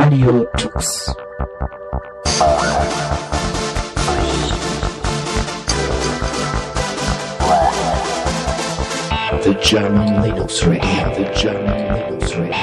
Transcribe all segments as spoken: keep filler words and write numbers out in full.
Radio Tux. The German Linux Radio, the German Linux Radio.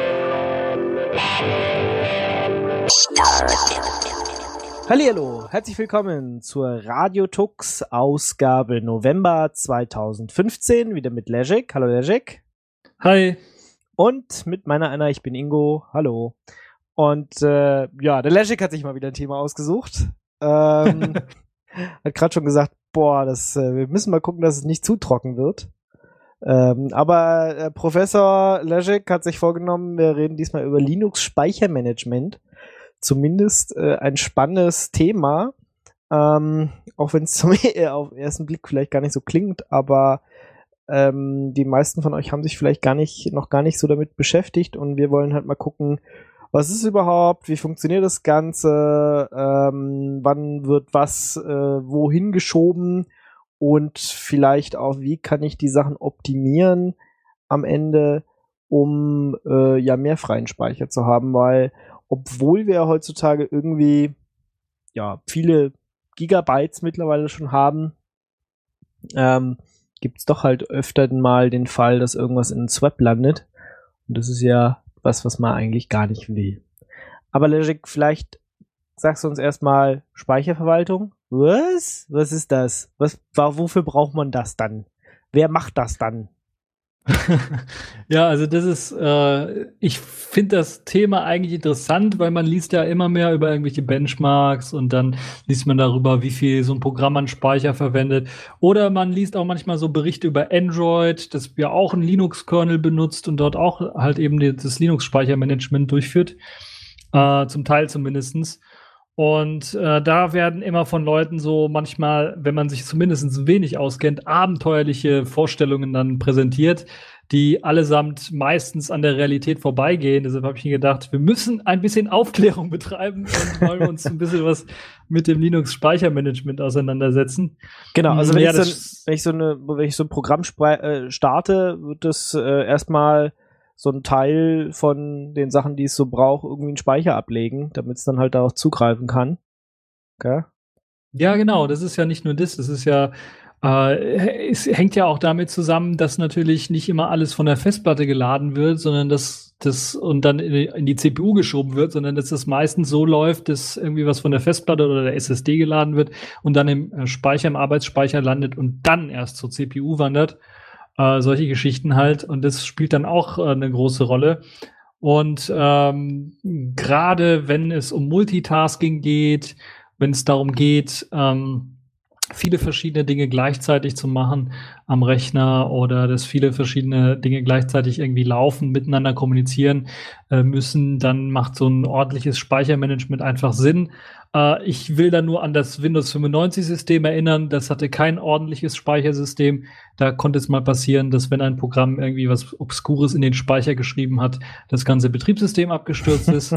Hallihallo, herzlich willkommen zur Radio Tux Ausgabe November zweitausendfünfzehn, wieder mit Leszek. Hallo Leszek. Hi. Und mit meiner Anna, ich bin Ingo. Hallo. Und äh, ja, der Leszek hat sich mal wieder ein Thema ausgesucht. Ähm, hat gerade schon gesagt, boah, das, äh, wir müssen mal gucken, dass es nicht zu trocken wird. Ähm, aber äh, Professor Leszek hat sich vorgenommen, wir reden diesmal über Linux-Speichermanagement. Zumindest äh, ein spannendes Thema, ähm, auch wenn es zum auf den ersten Blick vielleicht gar nicht so klingt, aber ähm, die meisten von euch haben sich vielleicht gar nicht, noch gar nicht so damit beschäftigt und wir wollen halt mal gucken, was ist überhaupt, wie funktioniert das Ganze, ähm, wann wird was äh, wohin geschoben und vielleicht auch, wie kann ich die Sachen optimieren am Ende, um äh, ja mehr freien Speicher zu haben, weil obwohl wir heutzutage irgendwie ja viele Gigabytes mittlerweile schon haben, ähm, gibt es doch halt öfter mal den Fall, dass irgendwas in den Swap landet. Und das ist ja was, was man eigentlich gar nicht will. Aber Leszek, vielleicht sagst du uns erstmal Speicherverwaltung. Was? Was ist das? Was, wofür braucht man das dann? Wer macht das dann? Ja, also das ist, äh, ich finde das Thema eigentlich interessant, weil man liest ja immer mehr über irgendwelche Benchmarks und dann liest man darüber, wie viel so ein Programm an Speicher verwendet. Oder man liest auch manchmal so Berichte über Android, das ja auch einen Linux-Kernel benutzt und dort auch halt eben das Linux-Speichermanagement durchführt. Äh, zum Teil zumindestens. Und äh, da werden immer von Leuten so manchmal, wenn man sich zumindest ein wenig auskennt, abenteuerliche Vorstellungen dann präsentiert, die allesamt meistens an der Realität vorbeigehen. Deshalb habe ich mir gedacht, wir müssen ein bisschen Aufklärung betreiben und wollen uns ein bisschen was mit dem Linux-Speichermanagement auseinandersetzen. Genau, also wenn, ja, ich, so ein, wenn, ich, so eine, wenn ich so ein Programm spre- äh, starte, wird das äh, erstmal so ein Teil von den Sachen, die es so braucht, irgendwie einen Speicher ablegen, damit es dann halt darauf zugreifen kann. Okay? Ja, genau. Das ist ja nicht nur das. Das ist ja, äh, es hängt ja auch damit zusammen, dass natürlich nicht immer alles von der Festplatte geladen wird, sondern dass das und dann in die, in die C P U geschoben wird, sondern dass das meistens so läuft, dass irgendwie was von der Festplatte oder der S S D geladen wird und dann im Speicher, im Arbeitsspeicher landet und dann erst zur C P U wandert. Äh, solche Geschichten halt. Und das spielt dann auch äh, eine große Rolle. Und ähm, gerade wenn es um Multitasking geht, wenn es darum geht, ähm, viele verschiedene Dinge gleichzeitig zu machen am Rechner oder dass viele verschiedene Dinge gleichzeitig irgendwie laufen, miteinander kommunizieren äh, müssen, dann macht so ein ordentliches Speichermanagement einfach Sinn. Äh, ich will da nur an das Windows fünfundneunzig-System erinnern. Das hatte kein ordentliches Speichersystem. Da konnte es mal passieren, dass wenn ein Programm irgendwie was Obskures in den Speicher geschrieben hat, das ganze Betriebssystem abgestürzt ist.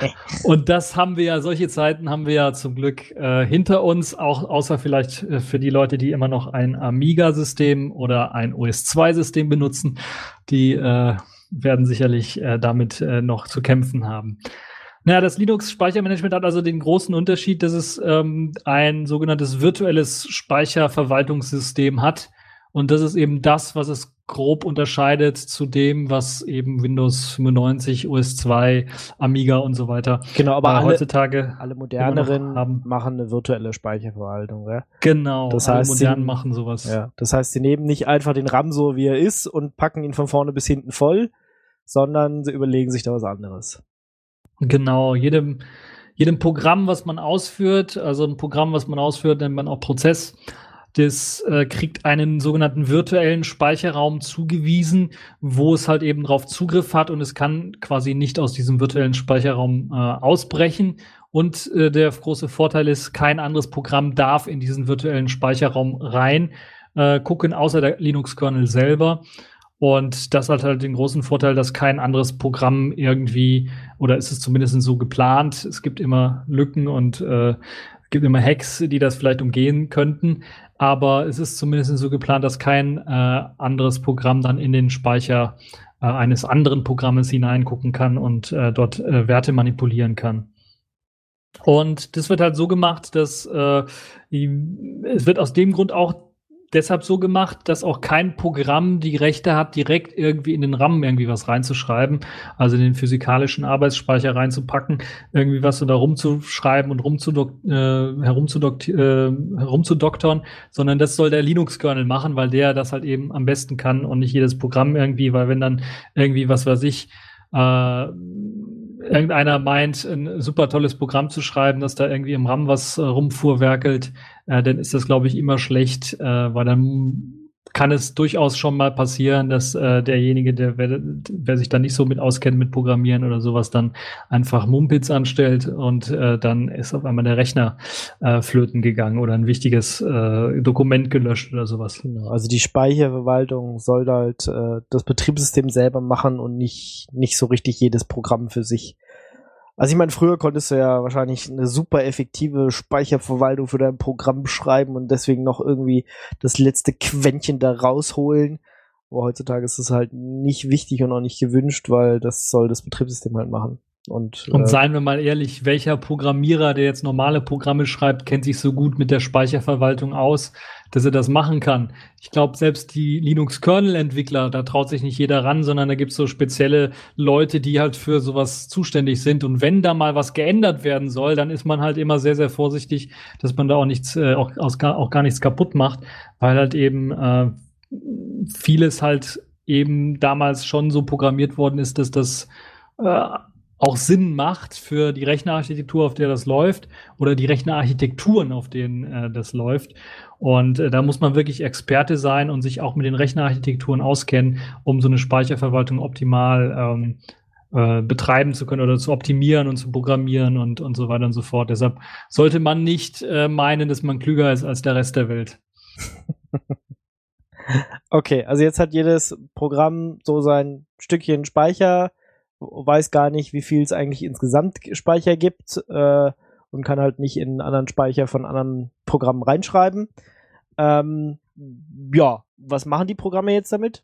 Und das haben wir ja, solche Zeiten haben wir ja zum Glück äh, hinter uns, auch außer vielleicht äh, für die Leute, die immer noch ein Amiga-System oder ein O S zwei System benutzen. Die äh, werden sicherlich äh, damit äh, noch zu kämpfen haben. Naja, das Linux-Speichermanagement hat also den großen Unterschied, dass es ähm, ein sogenanntes virtuelles Speicherverwaltungssystem hat. Und das ist eben das, was es grob unterscheidet zu dem, was eben Windows fünfundneunzig, O S zwei, Amiga und so weiter genau, aber äh, alle, heutzutage alle moderneren machen eine virtuelle Speicherverwaltung. Ja? Genau, das alle heißt, modernen sie, machen sowas. Ja, das heißt, sie nehmen nicht einfach den RAM so, wie er ist und packen ihn von vorne bis hinten voll, sondern sie überlegen sich da was anderes. Genau, jedem, jedem Programm, was man ausführt, also ein Programm, was man ausführt, nennt man auch Prozess, das äh, kriegt einen sogenannten virtuellen Speicherraum zugewiesen, wo es halt eben drauf Zugriff hat und es kann quasi nicht aus diesem virtuellen Speicherraum äh, ausbrechen. Und äh, der große Vorteil ist, kein anderes Programm darf in diesen virtuellen Speicherraum rein äh, gucken, außer der Linux-Kernel selber. Und das hat halt den großen Vorteil, dass kein anderes Programm irgendwie, oder ist es zumindest so geplant, es gibt immer Lücken und äh, gibt immer Hacks, die das vielleicht umgehen könnten, aber es ist zumindest so geplant, dass kein äh, anderes Programm dann in den Speicher äh, eines anderen Programmes hineingucken kann und äh, dort äh, Werte manipulieren kann. Und das wird halt so gemacht, dass äh, es wird aus dem Grund auch deshalb so gemacht, dass auch kein Programm die Rechte hat, direkt irgendwie in den RAM irgendwie was reinzuschreiben, also in den physikalischen Arbeitsspeicher reinzupacken, irgendwie was da rumzuschreiben und rumzudok äh, herumzudok äh, herumzudoktern, sondern das soll der Linux-Kernel machen, weil der das halt eben am besten kann und nicht jedes Programm irgendwie, weil wenn dann irgendwie, was weiß ich, äh, irgendeiner meint, ein super tolles Programm zu schreiben, dass da irgendwie im RAM was äh, rumfuhrwerkelt, äh, dann ist das, glaube ich, immer schlecht, äh, weil dann kann es durchaus schon mal passieren, dass äh, derjenige, der wer, wer sich da nicht so mit auskennt mit Programmieren oder sowas, dann einfach Mumpitz anstellt und äh, dann ist auf einmal der Rechner äh, flöten gegangen oder ein wichtiges äh, Dokument gelöscht oder sowas. Genau, also die Speicherverwaltung soll halt äh, das Betriebssystem selber machen und nicht, nicht so richtig jedes Programm für sich. Also ich meine, früher konntest du ja wahrscheinlich eine super effektive Speicherverwaltung für dein Programm schreiben und deswegen noch irgendwie das letzte Quäntchen da rausholen. Aber heutzutage ist es halt nicht wichtig und auch nicht gewünscht, weil das soll das Betriebssystem halt machen. Und, Und äh, seien wir mal ehrlich, welcher Programmierer, der jetzt normale Programme schreibt, kennt sich so gut mit der Speicherverwaltung aus, dass er das machen kann. Ich glaube, selbst die Linux-Kernel-Entwickler, da traut sich nicht jeder ran, sondern da gibt es so spezielle Leute, die halt für sowas zuständig sind. Und wenn da mal was geändert werden soll, dann ist man halt immer sehr, sehr vorsichtig, dass man da auch nichts, äh, auch, aus, auch gar nichts kaputt macht, weil halt eben äh, vieles halt eben damals schon so programmiert worden ist, dass das äh, auch Sinn macht für die Rechnerarchitektur, auf der das läuft, oder die Rechnerarchitekturen, auf denen äh, das läuft. Und äh, da muss man wirklich Experte sein und sich auch mit den Rechnerarchitekturen auskennen, um so eine Speicherverwaltung optimal ähm, äh, betreiben zu können oder zu optimieren und zu programmieren und, und so weiter und so fort. Deshalb sollte man nicht äh, meinen, dass man klüger ist als der Rest der Welt. Okay, also jetzt hat jedes Programm so sein Stückchen Speicher, weiß gar nicht, wie viel es eigentlich insgesamt Speicher gibt äh, und kann halt nicht in einen anderen Speicher von anderen Programmen reinschreiben. Ähm, ja, was machen die Programme jetzt damit?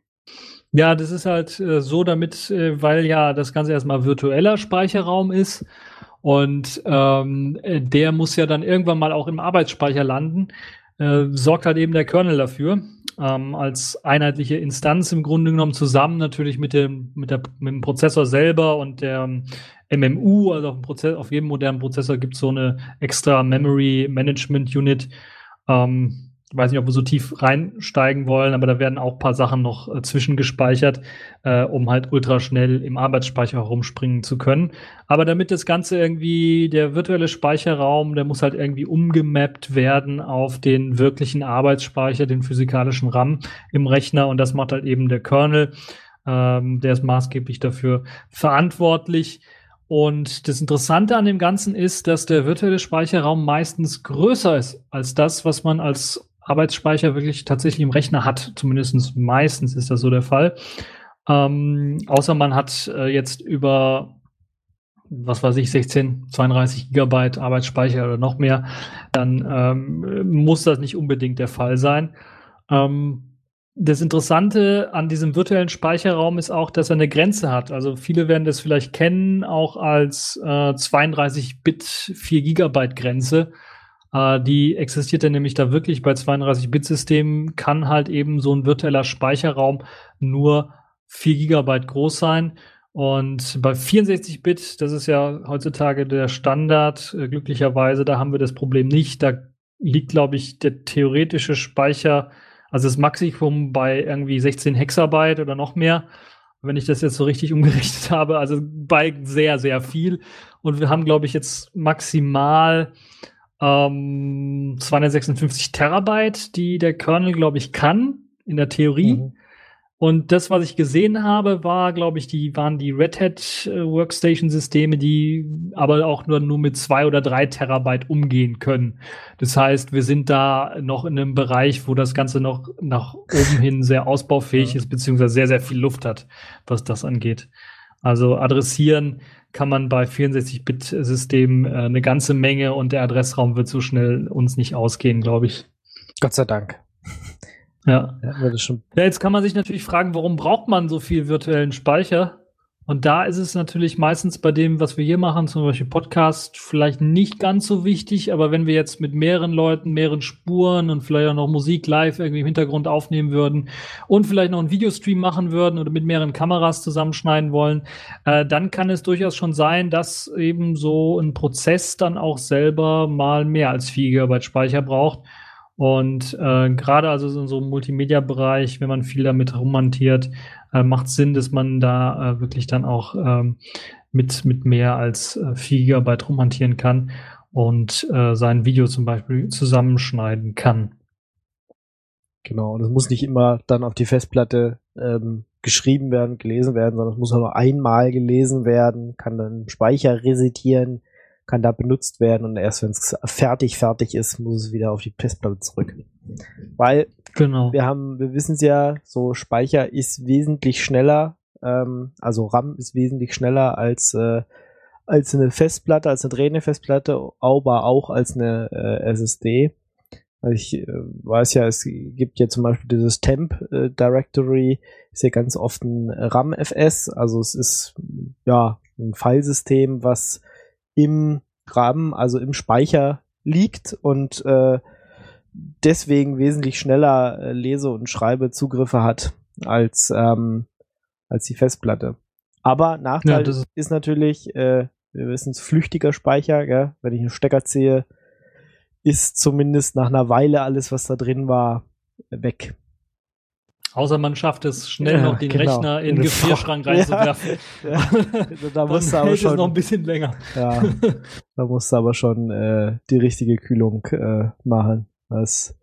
Ja, das ist halt äh, so damit, äh, weil ja das Ganze erstmal virtueller Speicherraum ist und ähm, äh, der muss ja dann irgendwann mal auch im Arbeitsspeicher landen, äh, sorgt halt eben der Kernel dafür. Ähm, als einheitliche Instanz im Grunde genommen zusammen natürlich mit dem, mit der, mit dem Prozessor selber und der M M U, also auf, dem Prozess, auf jedem modernen Prozessor gibt es so eine extra Memory Management Unit. Ähm, ich weiß nicht, ob wir so tief reinsteigen wollen, aber da werden auch ein paar Sachen noch äh, zwischengespeichert, äh, um halt ultra schnell im Arbeitsspeicher herumspringen zu können. Aber damit das Ganze irgendwie, der virtuelle Speicherraum, der muss halt irgendwie umgemappt werden auf den wirklichen Arbeitsspeicher, den physikalischen RAM im Rechner. Und das macht halt eben der Kernel. Ähm, der ist maßgeblich dafür verantwortlich. Und das Interessante an dem Ganzen ist, dass der virtuelle Speicherraum meistens größer ist als das, was man als Arbeitsspeicher wirklich tatsächlich im Rechner hat. Zumindest meistens ist das so der Fall. Ähm, außer man hat äh, jetzt über, was weiß ich, sechzehn, zweiunddreißig Gigabyte Arbeitsspeicher oder noch mehr, dann ähm, muss das nicht unbedingt der Fall sein. Ähm, Das Interessante an diesem virtuellen Speicherraum ist auch, dass er eine Grenze hat. Also viele werden das vielleicht kennen, auch als äh, zweiunddreißig Bit vier Gigabyte Grenze. Äh, die existiert dann nämlich da wirklich bei zweiunddreißig Bit Systemen, kann halt eben so ein virtueller Speicherraum nur vier Gigabyte groß sein. Und bei vierundsechzig Bit, das ist ja heutzutage der Standard, äh, glücklicherweise, da haben wir das Problem nicht. Da liegt, glaube ich, der theoretische Speicher, also das Maximum bei irgendwie sechzehn Hexabyte oder noch mehr, wenn ich das jetzt so richtig umgerechnet habe, also bei sehr, sehr viel. Und wir haben, glaube ich, jetzt maximal ähm, zweihundertsechsundfünfzig Terabyte, die der Kernel, glaube ich, kann, in der Theorie. Mhm. Und das, was ich gesehen habe, war, glaube ich, die waren die Red Hat äh, Workstation-Systeme, die aber auch nur, nur mit zwei oder drei Terabyte umgehen können. Das heißt, wir sind da noch in einem Bereich, wo das Ganze noch nach oben hin sehr ausbaufähig ist, beziehungsweise sehr, sehr viel Luft hat, was das angeht. Also adressieren kann man bei vierundsechzig Bit Systemen äh, eine ganze Menge und der Adressraum wird so schnell uns nicht ausgehen, glaube ich. Gott sei Dank. Ja. Ja, das schon. Ja, jetzt kann man sich natürlich fragen, warum braucht man so viel virtuellen Speicher? Und da ist es natürlich meistens bei dem, was wir hier machen, zum Beispiel Podcast, vielleicht nicht ganz so wichtig, aber wenn wir jetzt mit mehreren Leuten, mehreren Spuren und vielleicht auch noch Musik live irgendwie im Hintergrund aufnehmen würden und vielleicht noch einen Videostream machen würden oder mit mehreren Kameras zusammenschneiden wollen, äh, dann kann es durchaus schon sein, dass eben so ein Prozess dann auch selber mal mehr als vier Gigabyte Speicher braucht. Und äh, gerade also in so einem Multimedia-Bereich, wenn man viel damit rummontiert, äh, macht es Sinn, dass man da äh, wirklich dann auch ähm, mit, mit mehr als äh, vier Gigabyte rummontieren kann und äh, sein Video zum Beispiel zusammenschneiden kann. Genau, und es muss nicht immer dann auf die Festplatte ähm, geschrieben werden, gelesen werden, sondern es muss auch nur einmal gelesen werden, kann dann im Speicher resetieren, kann da benutzt werden und erst wenn es fertig, fertig ist, muss es wieder auf die Festplatte zurück. Weil Genau. wir haben, wir wissen es ja, so Speicher ist wesentlich schneller, ähm, also RAM ist wesentlich schneller als, äh, als eine Festplatte, als eine drehende Festplatte, aber auch als eine äh, S S D. Also ich äh, weiß ja, es gibt ja zum Beispiel dieses Temp äh, Directory, ist ja ganz oft ein RAM-F S, also es ist ja ein Filesystem, was im RAM, also im Speicher liegt und äh, deswegen wesentlich schneller äh, Lese- und Schreibezugriffe hat als, ähm, als die Festplatte. Aber Nachteil Ja, das ist- ist natürlich, äh, wir wissen es, flüchtiger Speicher, gell? Wenn ich einen Stecker ziehe, ist zumindest nach einer Weile alles, was da drin war, weg. Außer man schafft es schnell Ja, noch, den genau. Rechner in In den den Gefrierschrank Fach- reinzuwerfen. Ja, also da Dann musst du aber hält es schon, noch ein bisschen länger. ja, da musst du aber schon äh, die richtige Kühlung äh, machen. Das,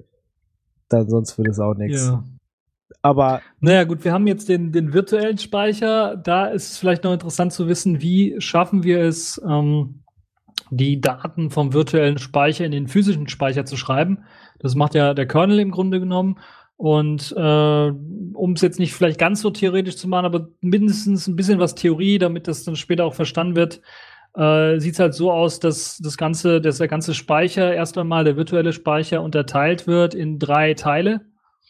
dann sonst würde es auch nichts. Ja. Aber Naja, gut, wir haben jetzt den, den virtuellen Speicher. Da ist es vielleicht noch interessant zu wissen, wie schaffen wir es, ähm, die Daten vom virtuellen Speicher in den physischen Speicher zu schreiben. Das macht ja der Kernel im Grunde genommen. Und äh, um es jetzt nicht vielleicht ganz so theoretisch zu machen, aber mindestens ein bisschen was Theorie, damit das dann später auch verstanden wird, äh, sieht es halt so aus, dass das ganze, dass der ganze Speicher erst einmal, der virtuelle Speicher, unterteilt wird in drei Teile.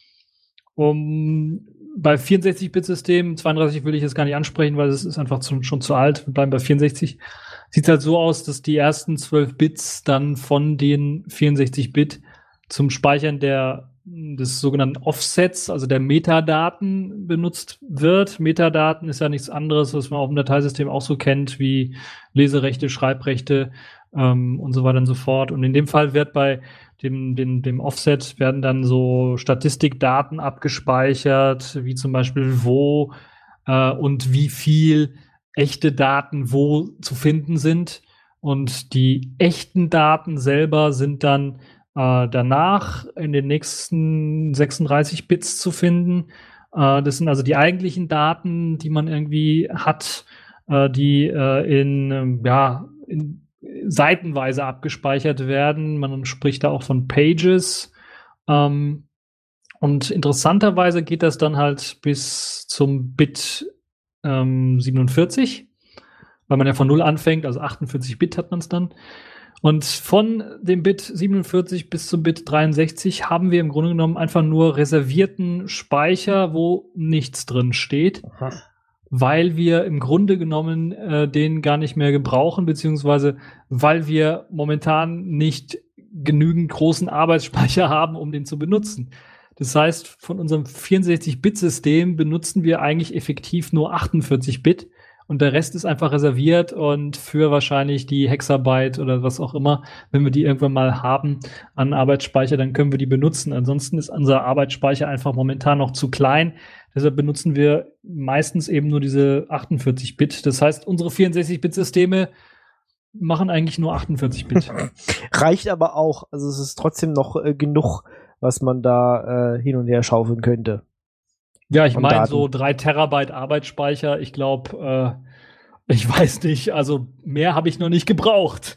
Um, bei vierundsechzig-Bit-Systemen, zweiunddreißig will ich jetzt gar nicht ansprechen, weil es ist einfach zu, schon zu alt. Wir bleiben bei vierundsechzig. Sieht halt so aus, dass die ersten zwölf Bits dann von den vierundsechzig Bit zum Speichern der des sogenannten Offsets, also der Metadaten benutzt wird. Metadaten ist ja nichts anderes, was man auf dem Dateisystem auch so kennt, wie Leserechte, Schreibrechte ähm, und so weiter und so fort. Und in dem Fall wird bei dem, dem, dem Offset werden dann so Statistikdaten abgespeichert, wie zum Beispiel wo äh, und wie viel echte Daten wo zu finden sind. Und die echten Daten selber sind dann äh, danach in den nächsten sechsunddreißig Bits zu finden. Äh, das sind also die eigentlichen Daten, die man irgendwie hat, äh, die äh, in, ähm, ja, in seitenweise abgespeichert werden. Man spricht da auch von Pages. Ähm, und interessanterweise geht das dann halt bis zum Bit ähm, siebenundvierzig, weil man ja von null anfängt, also achtundvierzig Bit hat man es dann. Und von dem Bit siebenundvierzig bis zum Bit dreiundsechzig haben wir im Grunde genommen einfach nur reservierten Speicher, wo nichts drin steht. Aha. Weil wir im Grunde genommen äh, den gar nicht mehr gebrauchen, beziehungsweise weil wir momentan nicht genügend großen Arbeitsspeicher haben, um den zu benutzen. Das heißt, von unserem vierundsechzig Bit System benutzen wir eigentlich effektiv nur achtundvierzig Bit und der Rest ist einfach reserviert und für wahrscheinlich die Hexabyte oder was auch immer, wenn wir die irgendwann mal haben an Arbeitsspeicher, dann können wir die benutzen. Ansonsten ist unser Arbeitsspeicher einfach momentan noch zu klein. Deshalb benutzen wir meistens eben nur diese achtundvierzig Bit. Das heißt, unsere vierundsechzig Bit Systeme machen eigentlich nur achtundvierzig Bit. Reicht aber auch. Also es ist trotzdem noch äh, genug, was man da äh, hin und her schaufeln könnte. Ja, ich meine so drei Terabyte Arbeitsspeicher. Ich glaube, äh, ich weiß nicht, also mehr habe ich noch nicht gebraucht.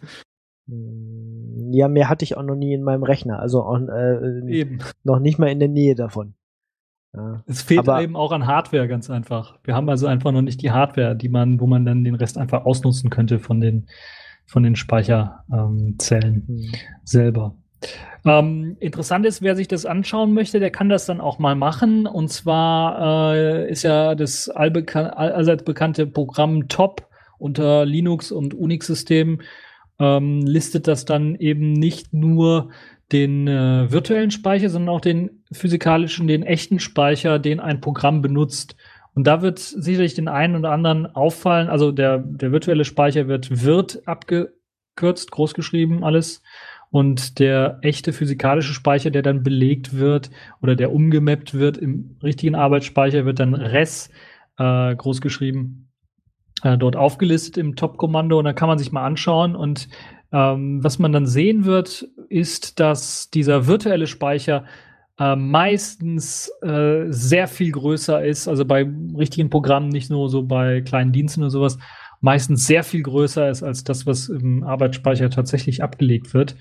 Ja, mehr hatte ich auch noch nie in meinem Rechner. Also auch, äh, eben. noch nicht mal in der Nähe davon. Ja. Es fehlt aber eben auch an Hardware, ganz einfach. Wir haben also einfach noch nicht die Hardware, die man, wo man dann den Rest einfach ausnutzen könnte von den, von den Speicherzellen ähm, hm. selber. Ähm, interessant ist, wer sich das anschauen möchte, der kann das dann auch mal machen. Und zwar äh, ist ja das allbekan allseits bekannte Programm Top unter Linux- und Unix-Systemen, ähm, listet das dann eben nicht nur den äh, virtuellen Speicher, sondern auch den physikalischen, den echten Speicher, den ein Programm benutzt. Und da wird sicherlich den einen oder anderen auffallen, also der, der virtuelle Speicher wird virt abgekürzt, großgeschrieben alles. Und der echte physikalische Speicher, der dann belegt wird oder der umgemappt wird im richtigen Arbeitsspeicher, wird dann res äh, großgeschrieben äh, dort aufgelistet im Top-Kommando. Und da kann man sich mal anschauen. Und ähm, was man dann sehen wird, ist, dass dieser virtuelle Speicher äh, meistens äh, sehr viel größer ist. Also bei richtigen Programmen, nicht nur so bei kleinen Diensten oder sowas, meistens sehr viel größer ist als das, was im Arbeitsspeicher tatsächlich abgelegt wird.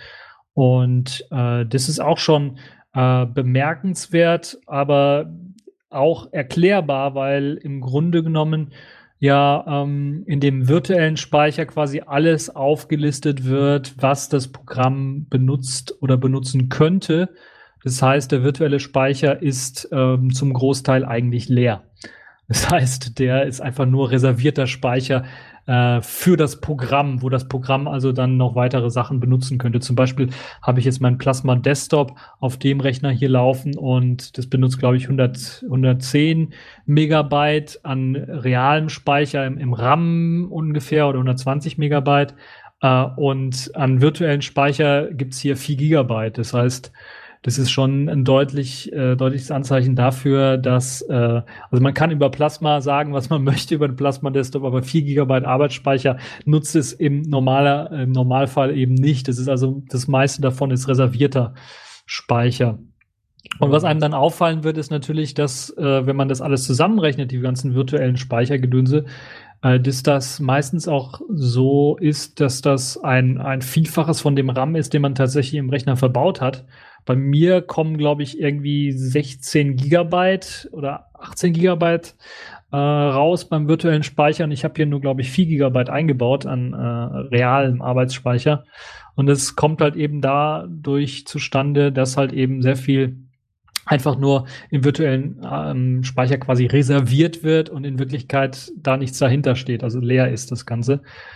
Und äh, das ist auch schon äh, bemerkenswert, aber auch erklärbar, weil im Grunde genommen ja ähm, in dem virtuellen Speicher quasi alles aufgelistet wird, was das Programm benutzt oder benutzen könnte. Das heißt, der virtuelle Speicher ist ähm, zum Großteil eigentlich leer. Das heißt, der ist einfach nur reservierter Speicher äh, für das Programm, wo das Programm also dann noch weitere Sachen benutzen könnte. Zum Beispiel habe ich jetzt meinen Plasma Desktop auf dem Rechner hier laufen und das benutzt, glaube ich, hundert, hundertzehn Megabyte an realem Speicher im, im RAM ungefähr oder hundertzwanzig Megabyte. Äh, und an virtuellen Speicher gibt's hier vier Gigabyte. Das heißt, das ist schon ein deutlich, äh, deutliches Anzeichen dafür, dass, äh, also man kann über Plasma sagen, was man möchte über den Plasma Desktop, aber vier Gigabyte Arbeitsspeicher nutzt es im, normaler, im Normalfall eben nicht. Das ist also, das meiste davon ist reservierter Speicher. Und was einem dann auffallen wird, ist natürlich, dass, äh, wenn man das alles zusammenrechnet, die ganzen virtuellen Speichergedönse, äh, dass das meistens auch so ist, dass das ein, ein Vielfaches von dem RAM ist, den man tatsächlich im Rechner verbaut hat. Bei mir kommen, glaube ich, irgendwie sechzehn Gigabyte oder achtzehn Gigabyte äh, raus beim virtuellen Speicher. Und ich habe hier nur, glaube ich, vier Gigabyte eingebaut an äh, realem Arbeitsspeicher. Und es kommt halt eben dadurch zustande, dass halt eben sehr viel einfach nur im virtuellen ähm, Speicher quasi reserviert wird und in Wirklichkeit da nichts dahinter steht. Also leer ist das Ganze.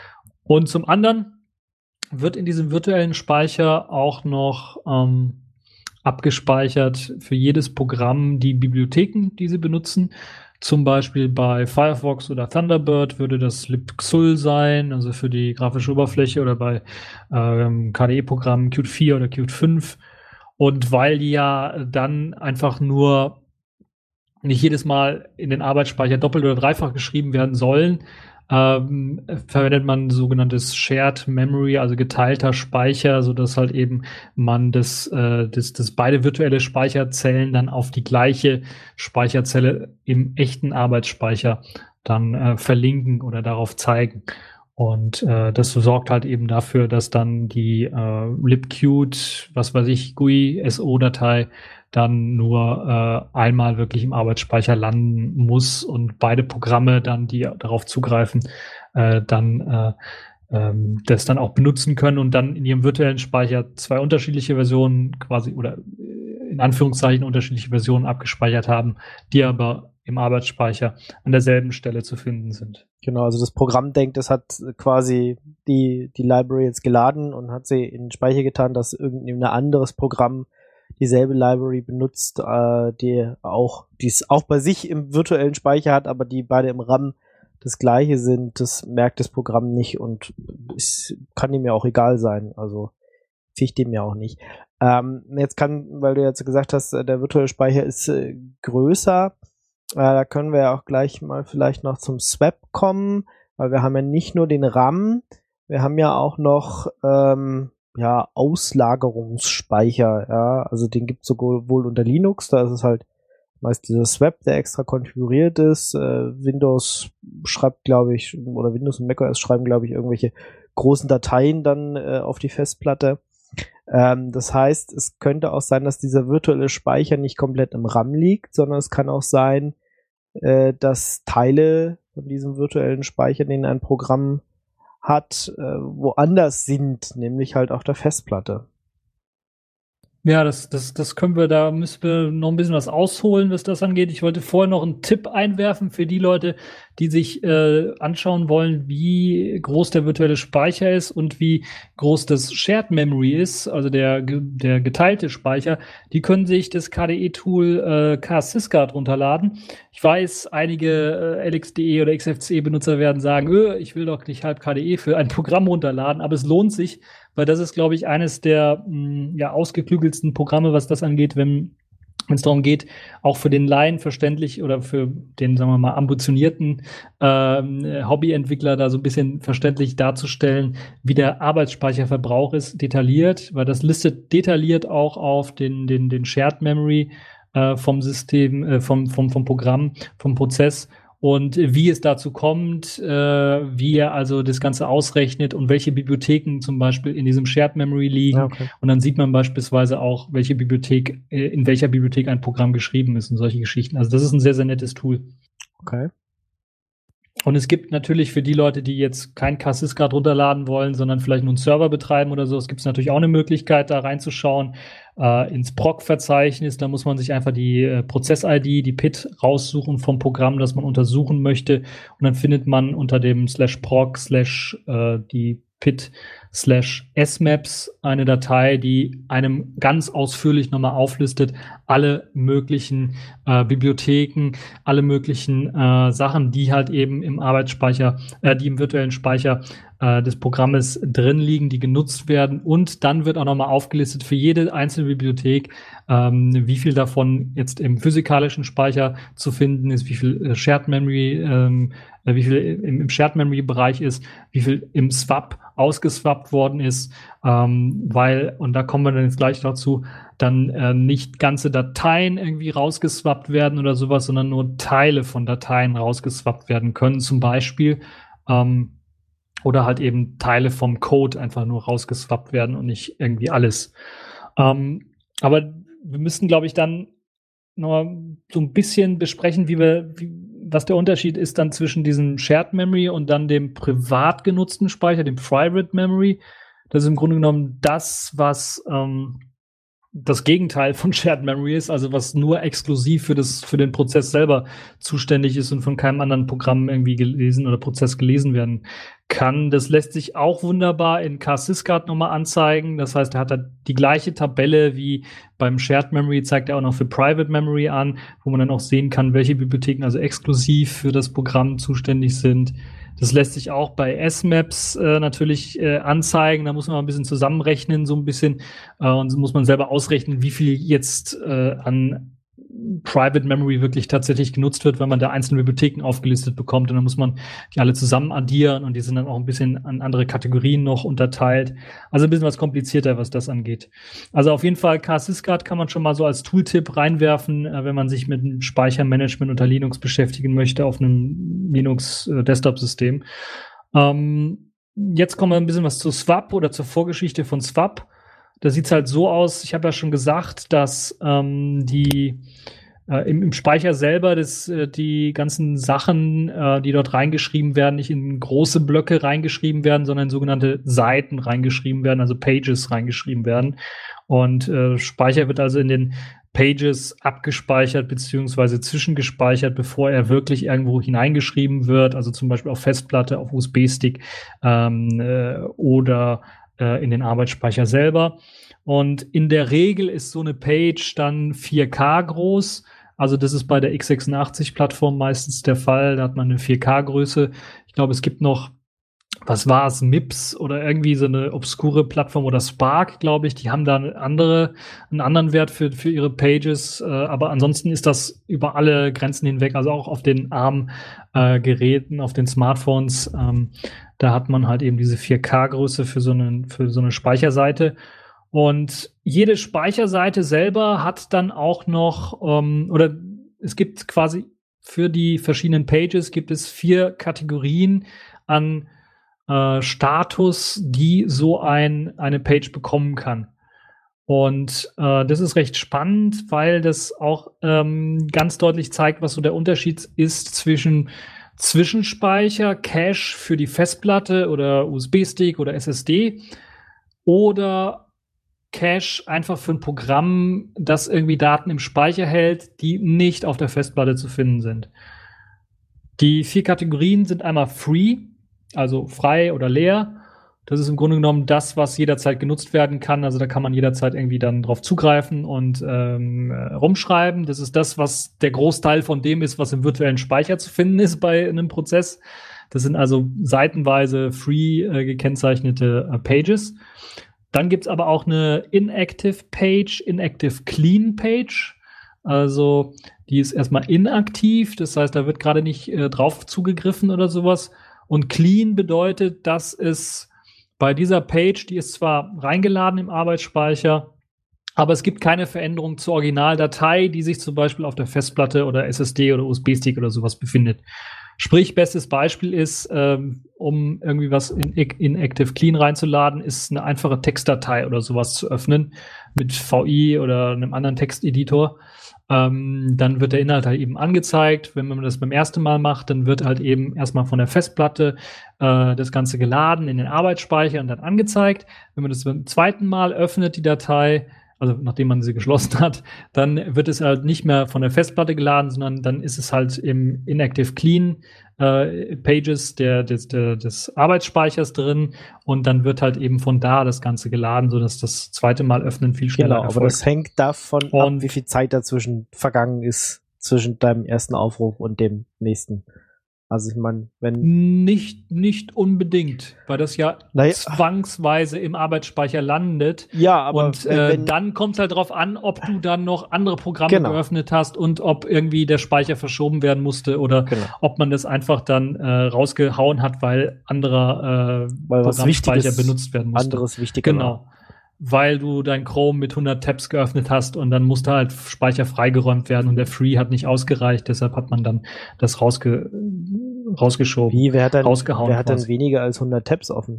Und zum anderen wird in diesem virtuellen Speicher auch noch ähm, abgespeichert für jedes Programm die Bibliotheken, die sie benutzen. Zum Beispiel bei Firefox oder Thunderbird würde das libxul sein, also für die grafische Oberfläche, oder bei ähm, K D E-Programmen Qt vier oder Qt fünf. Und weil die ja dann einfach nur nicht jedes Mal in den Arbeitsspeicher doppelt oder dreifach geschrieben werden sollen, ähm, verwendet man sogenanntes Shared Memory, also geteilter Speicher, so dass halt eben man das, äh, das, das beide virtuelle Speicherzellen dann auf die gleiche Speicherzelle im echten Arbeitsspeicher dann äh, verlinken oder darauf zeigen. Und äh, das sorgt halt eben dafür, dass dann die äh, libqt, was weiß ich, G U I-S O-Datei dann nur äh, einmal wirklich im Arbeitsspeicher landen muss und beide Programme dann, die darauf zugreifen, äh, dann äh, ähm, das dann auch benutzen können und dann in ihrem virtuellen Speicher zwei unterschiedliche Versionen quasi oder in Anführungszeichen unterschiedliche Versionen abgespeichert haben, die aber im Arbeitsspeicher an derselben Stelle zu finden sind. Genau, also das Programm denkt, es hat quasi die, die Library jetzt geladen und hat sie in den Speicher getan, dass irgendein anderes Programm dieselbe Library benutzt, äh, die auch, die es auch bei sich im virtuellen Speicher hat, aber die beide im RAM das gleiche sind. Das merkt das Programm nicht und es kann ihm ja auch egal sein. Also ficht dem ja auch nicht. Ähm, jetzt kann, weil du jetzt gesagt hast, der virtuelle Speicher ist äh, größer. Äh, da können wir ja auch gleich mal vielleicht noch zum Swap kommen, weil wir haben ja nicht nur den RAM, wir haben ja auch noch ähm, ja Auslagerungsspeicher, ja, also den gibt es sowohl unter Linux, da ist es halt meist dieser Swap, der extra konfiguriert ist. Äh, Windows schreibt, glaube ich, oder Windows und macOS schreiben, glaube ich, irgendwelche großen Dateien dann äh, auf die Festplatte. Ähm, das heißt, es könnte auch sein, dass dieser virtuelle Speicher nicht komplett im RAM liegt, sondern es kann auch sein, äh, dass Teile von diesem virtuellen Speicher, den ein Programm hat, äh, woanders sind, nämlich halt auf der Festplatte. Ja, das, das, das können wir, da müssen wir noch ein bisschen was ausholen, was das angeht. Ich wollte vorher noch einen Tipp einwerfen für die Leute, die sich äh, anschauen wollen, wie groß der virtuelle Speicher ist und wie groß das Shared Memory ist, also der, der geteilte Speicher. Die können sich das K D E-Tool äh, K-Syscard runterladen. Ich weiß, einige äh, L X D E oder X F C E-Benutzer werden sagen, öh, ich will doch nicht halb K D E für ein Programm runterladen, aber es lohnt sich, weil das ist, glaube ich, eines der mh, ja, ausgeklügelsten Programme, was das angeht, wenn es darum geht, auch für den Laien verständlich oder für den, sagen wir mal, ambitionierten ähm, Hobbyentwickler da so ein bisschen verständlich darzustellen, wie der Arbeitsspeicherverbrauch ist, detailliert, weil das listet detailliert auch auf den, den, den Shared Memory äh, vom System, äh, vom, vom, vom Programm, vom Prozess. Und wie es dazu kommt, äh, wie er also das Ganze ausrechnet und welche Bibliotheken zum Beispiel in diesem Shared Memory liegen. Ja, okay. Und dann sieht man beispielsweise auch, welche Bibliothek, äh, in welcher Bibliothek ein Programm geschrieben ist und solche Geschichten. Also das ist ein sehr, sehr nettes Tool. Okay. Und es gibt natürlich für die Leute, die jetzt kein K-Syscard runterladen wollen, sondern vielleicht nur einen Server betreiben oder so, es gibt natürlich auch eine Möglichkeit, da reinzuschauen äh, ins Proc-Verzeichnis. Da muss man sich einfach die äh, Prozess-I D, die P I T raussuchen vom Programm, das man untersuchen möchte. Und dann findet man unter dem slash proc slash äh, die P I T slash S-Maps eine Datei, die einem ganz ausführlich nochmal auflistet, alle möglichen äh, Bibliotheken, alle möglichen äh, Sachen, die halt eben im Arbeitsspeicher, äh, die im virtuellen Speicher äh, des Programmes drin liegen, die genutzt werden. Und dann wird auch nochmal aufgelistet für jede einzelne Bibliothek, ähm, wie viel davon jetzt im physikalischen Speicher zu finden ist, wie viel äh, Shared Memory, ähm, wie viel im, im Shared Memory Bereich ist, wie viel im Swap ausgeswappt worden ist, ähm, weil, und da kommen wir dann jetzt gleich dazu, dann äh, nicht ganze Dateien irgendwie rausgeswappt werden oder sowas, sondern nur Teile von Dateien rausgeswappt werden können, zum Beispiel, ähm, oder halt eben Teile vom Code einfach nur rausgeswappt werden und nicht irgendwie alles. Ähm, aber wir müssen, glaube ich, dann noch so ein bisschen besprechen, wie wir, wie, was der Unterschied ist dann zwischen diesem Shared Memory und dann dem privat genutzten Speicher, dem Private Memory. Das ist im Grunde genommen das, was ähm, das Gegenteil von Shared Memory ist, also was nur exklusiv für das, für den Prozess selber zuständig ist und von keinem anderen Programm irgendwie gelesen oder Prozess gelesen werden kann. Das lässt sich auch wunderbar in K-Syscard nochmal anzeigen. Das heißt, er hat da die gleiche Tabelle wie beim Shared Memory, zeigt er auch noch für Private Memory an, wo man dann auch sehen kann, welche Bibliotheken also exklusiv für das Programm zuständig sind. Das lässt sich auch bei S-Maps äh, natürlich äh, anzeigen. Da muss man mal ein bisschen zusammenrechnen, so ein bisschen. Äh, und so muss man selber ausrechnen, wie viel jetzt äh, an Private Memory wirklich tatsächlich genutzt wird, wenn man da einzelne Bibliotheken aufgelistet bekommt. Und dann muss man die alle zusammen addieren und die sind dann auch ein bisschen an andere Kategorien noch unterteilt. Also ein bisschen was komplizierter, was das angeht. Also auf jeden Fall K-Syscard kann man schon mal so als Tooltip reinwerfen, äh, wenn man sich mit dem Speichermanagement unter Linux beschäftigen möchte auf einem Linux-Desktop-System. Ähm, jetzt kommen wir ein bisschen was zu Swap oder zur Vorgeschichte von Swap. Da sieht's halt so aus, ich habe ja schon gesagt, dass ähm, die äh, im, im Speicher selber das, äh, die ganzen Sachen, äh, die dort reingeschrieben werden, nicht in große Blöcke reingeschrieben werden, sondern in sogenannte Seiten reingeschrieben werden, also Pages reingeschrieben werden. Und äh, Speicher wird also in den Pages abgespeichert beziehungsweise zwischengespeichert, bevor er wirklich irgendwo hineingeschrieben wird, also zum Beispiel auf Festplatte, auf U S B-Stick ähm, äh, oder in den Arbeitsspeicher selber. Und in der Regel ist so eine Page dann vier K groß. Also das ist bei der x sechsundachtzig-Plattform meistens der Fall. Da hat man eine vier K-Größe. Ich glaube, es gibt noch, was war es, M I P S oder irgendwie so eine obskure Plattform oder Spark, glaube ich. Die haben da eine andere, einen anderen Wert für, für ihre Pages. Aber ansonsten ist das über alle Grenzen hinweg, also auch auf den ARM-Geräten, auf den Smartphones, ähm, da hat man halt eben diese vier K-Größe für so eine, für so eine Speicherseite. Und jede Speicherseite selber hat dann auch noch, ähm, oder es gibt quasi für die verschiedenen Pages gibt es vier Kategorien an äh, Status, die so ein, eine Page bekommen kann. Und äh, das ist recht spannend, weil das auch ähm, ganz deutlich zeigt, was so der Unterschied ist zwischen Zwischenspeicher, Cache für die Festplatte oder U S B-Stick oder S S D oder Cache einfach für ein Programm, das irgendwie Daten im Speicher hält, die nicht auf der Festplatte zu finden sind. Die vier Kategorien sind einmal free, also frei oder leer. Das ist im Grunde genommen das, was jederzeit genutzt werden kann. Also da kann man jederzeit irgendwie dann drauf zugreifen und ähm, rumschreiben. Das ist das, was der Großteil von dem ist, was im virtuellen Speicher zu finden ist bei einem Prozess. Das sind also seitenweise free äh, gekennzeichnete äh, Pages. Dann gibt's aber auch eine Inactive Page, Inactive Clean Page. Also die ist erstmal inaktiv. Das heißt, da wird gerade nicht äh, drauf zugegriffen oder sowas. Und Clean bedeutet, dass es bei dieser Page, die ist zwar reingeladen im Arbeitsspeicher, aber es gibt keine Veränderung zur Originaldatei, die sich zum Beispiel auf der Festplatte oder S S D oder U S B-Stick oder sowas befindet. Sprich, bestes Beispiel ist, ähm, um irgendwie was in, in Active Clean reinzuladen, ist eine einfache Textdatei oder sowas zu öffnen mit V I oder einem anderen Texteditor. Ähm, dann wird der Inhalt halt eben angezeigt. Wenn man das beim ersten Mal macht, dann wird halt eben erstmal von der Festplatte äh, das Ganze geladen in den Arbeitsspeicher und dann angezeigt. Wenn man das beim zweiten Mal öffnet, die Datei, also nachdem man sie geschlossen hat, dann wird es halt nicht mehr von der Festplatte geladen, sondern dann ist es halt im Inactive Clean äh, Pages der, des, der, des Arbeitsspeichers drin und dann wird halt eben von da das Ganze geladen, sodass das zweite Mal öffnen viel schneller Genau, erfolgt. aber das hängt davon ab, Und- wie viel Zeit dazwischen vergangen ist, zwischen deinem ersten Aufruf und dem nächsten. Also ich meine, wenn Nicht, nicht unbedingt, weil das ja Naja. zwangsweise im Arbeitsspeicher landet. ja, aber und äh, äh, wenn, dann kommt es halt drauf an, ob du dann noch andere Programme Genau. geöffnet hast und ob irgendwie der Speicher verschoben werden musste oder genau, ob man das einfach dann äh, rausgehauen hat, weil anderer äh, weil was Programmspeicher Wichtiges, benutzt werden musste. anderes wichtiger war. Genau. Weil du dein Chrome mit hundert Tabs geöffnet hast und dann musste halt Speicher freigeräumt werden und der Free hat nicht ausgereicht, deshalb hat man dann das rausge rausgeschoben. Wie, wer hat dann, rausgehauen wer hat dann quasi. weniger als hundert Tabs offen?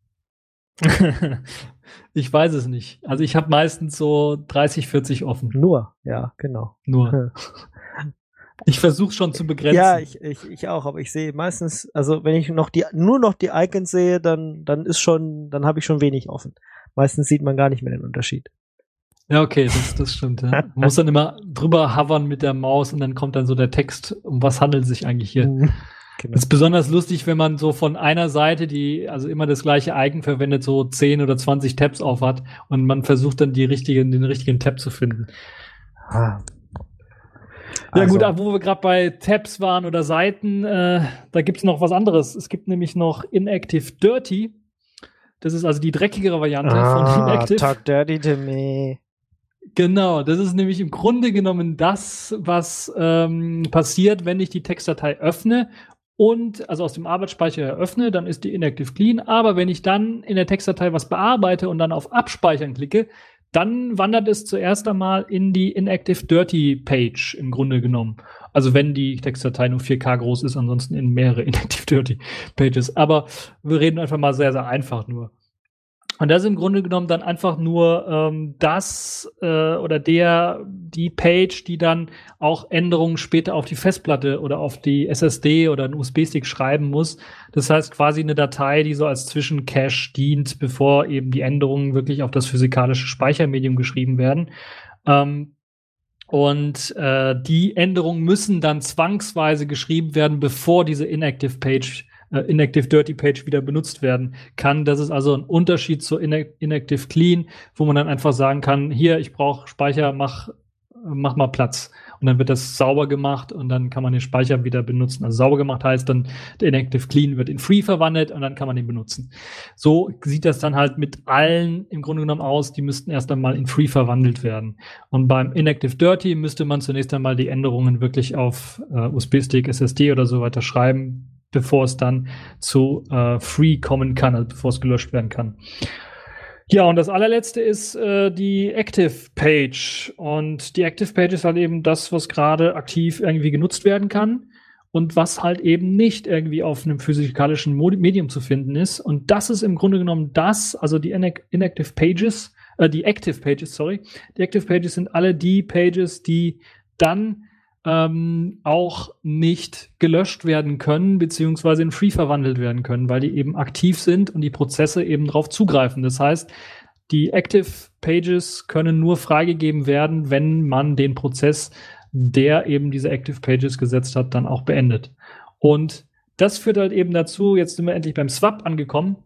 Ich weiß es nicht. Also ich habe meistens so dreißig, vierzig offen. Nur, ja, genau. Nur. Ich versuche schon zu begrenzen. Ja, ich, ich, ich auch, aber ich sehe meistens, also wenn ich noch die, nur noch die Icons sehe, dann, dann ist schon, dann habe ich schon wenig offen. Meistens sieht man gar nicht mehr den Unterschied. Ja, okay, das, das stimmt. Ja. Man muss dann immer drüber hovern mit der Maus und dann kommt dann so der Text, um was handelt es sich eigentlich hier. Genau. Das ist besonders lustig, wenn man so von einer Seite, die also immer das gleiche Icon verwendet, so zehn oder zwanzig Tabs auf hat und man versucht dann die richtigen, den richtigen Tab zu finden. Ah. Ja Also, gut, aber wo wir gerade bei Tabs waren oder Seiten, äh, da gibt's noch was anderes. Es gibt nämlich noch Inactive Dirty. Das ist also die dreckigere Variante von ah, Inactive. talk dirty to me. Genau, das ist nämlich im Grunde genommen das, was ähm, passiert, wenn ich die Textdatei öffne und also aus dem Arbeitsspeicher eröffne, dann ist die Inactive Clean. Aber wenn ich dann in der Textdatei was bearbeite und dann auf Abspeichern klicke, dann wandert es zuerst einmal in die Inactive Dirty Page im Grunde genommen. Also wenn die Textdatei nur vier K groß ist, ansonsten in mehrere Inactive Dirty Pages. Aber wir reden einfach mal sehr, sehr einfach nur. Und das ist im Grunde genommen dann einfach nur ähm, das äh, oder der die Page, die dann auch Änderungen später auf die Festplatte oder auf die S S D oder einen U S B-Stick schreiben muss. Das heißt quasi eine Datei, die so als Zwischencache dient, bevor eben die Änderungen wirklich auf das physikalische Speichermedium geschrieben werden. Ähm, und äh, die Änderungen müssen dann zwangsweise geschrieben werden, bevor diese Inactive Page Inactive Dirty Page wieder benutzt werden kann. Das ist also ein Unterschied zur Inactive Clean, wo man dann einfach sagen kann, hier, ich brauche Speicher, mach, mach mal Platz. Und dann wird das sauber gemacht und dann kann man den Speicher wieder benutzen. Also sauber gemacht heißt dann, der Inactive Clean wird in Free verwandelt und dann kann man den benutzen. So sieht das dann halt mit allen im Grunde genommen aus, die müssten erst einmal in Free verwandelt werden. Und beim Inactive Dirty müsste man zunächst einmal die Änderungen wirklich auf äh, U S B-Stick, S S D oder so weiter schreiben, bevor es dann zu äh, Free kommen kann, also bevor es gelöscht werden kann. Ja, und das allerletzte ist äh, die Active Page. Und die Active Page ist halt eben das, was gerade aktiv irgendwie genutzt werden kann und was halt eben nicht irgendwie auf einem physikalischen Medium zu finden ist. Und das ist im Grunde genommen das, also die Inactive Pages, äh, die Active Pages, sorry. Die Active Pages sind alle die Pages, die dann Ähm, auch nicht gelöscht werden können, beziehungsweise in Free verwandelt werden können, weil die eben aktiv sind und die Prozesse eben drauf zugreifen. Das heißt, die Active Pages können nur freigegeben werden, wenn man den Prozess, der eben diese Active Pages gesetzt hat, dann auch beendet. Und das führt halt eben dazu, jetzt sind wir endlich beim Swap angekommen,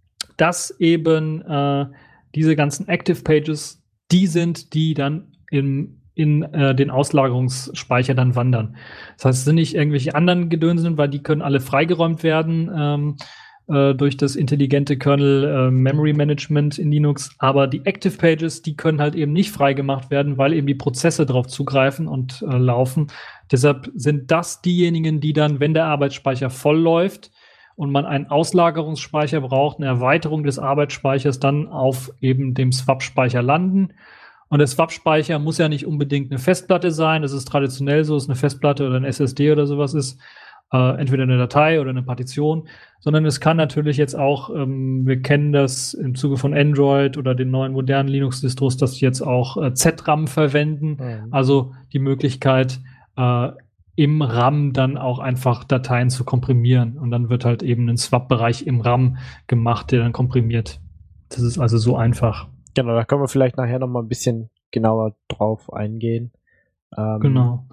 dass eben äh, diese ganzen Active Pages die sind, die dann im in äh, den Auslagerungsspeicher dann wandern. Das heißt, es sind nicht irgendwelche anderen Gedönsen, weil die können alle freigeräumt werden ähm, äh, durch das intelligente Kernel äh, Memory Management in Linux. Aber die Active Pages, die können halt eben nicht freigemacht werden, weil eben die Prozesse darauf zugreifen und äh, laufen. Deshalb sind das diejenigen, die dann, wenn der Arbeitsspeicher voll läuft und man einen Auslagerungsspeicher braucht, eine Erweiterung des Arbeitsspeichers, dann auf eben dem Swap-Speicher landen. Und der Swap-Speicher muss ja nicht unbedingt eine Festplatte sein. Das ist traditionell so, dass eine Festplatte oder ein S S D oder sowas ist. Äh, entweder eine Datei oder eine Partition. Sondern es kann natürlich jetzt auch, ähm, wir kennen das im Zuge von Android oder den neuen modernen Linux-Distros, dass die jetzt auch äh, Z RAM verwenden. Mhm. Also die Möglichkeit, äh, im RAM dann auch einfach Dateien zu komprimieren. Und dann wird halt eben ein Swap-Bereich im RAM gemacht, der dann komprimiert. Das ist also so einfach. Genau, da können wir vielleicht nachher noch mal ein bisschen genauer drauf eingehen. Ähm genau.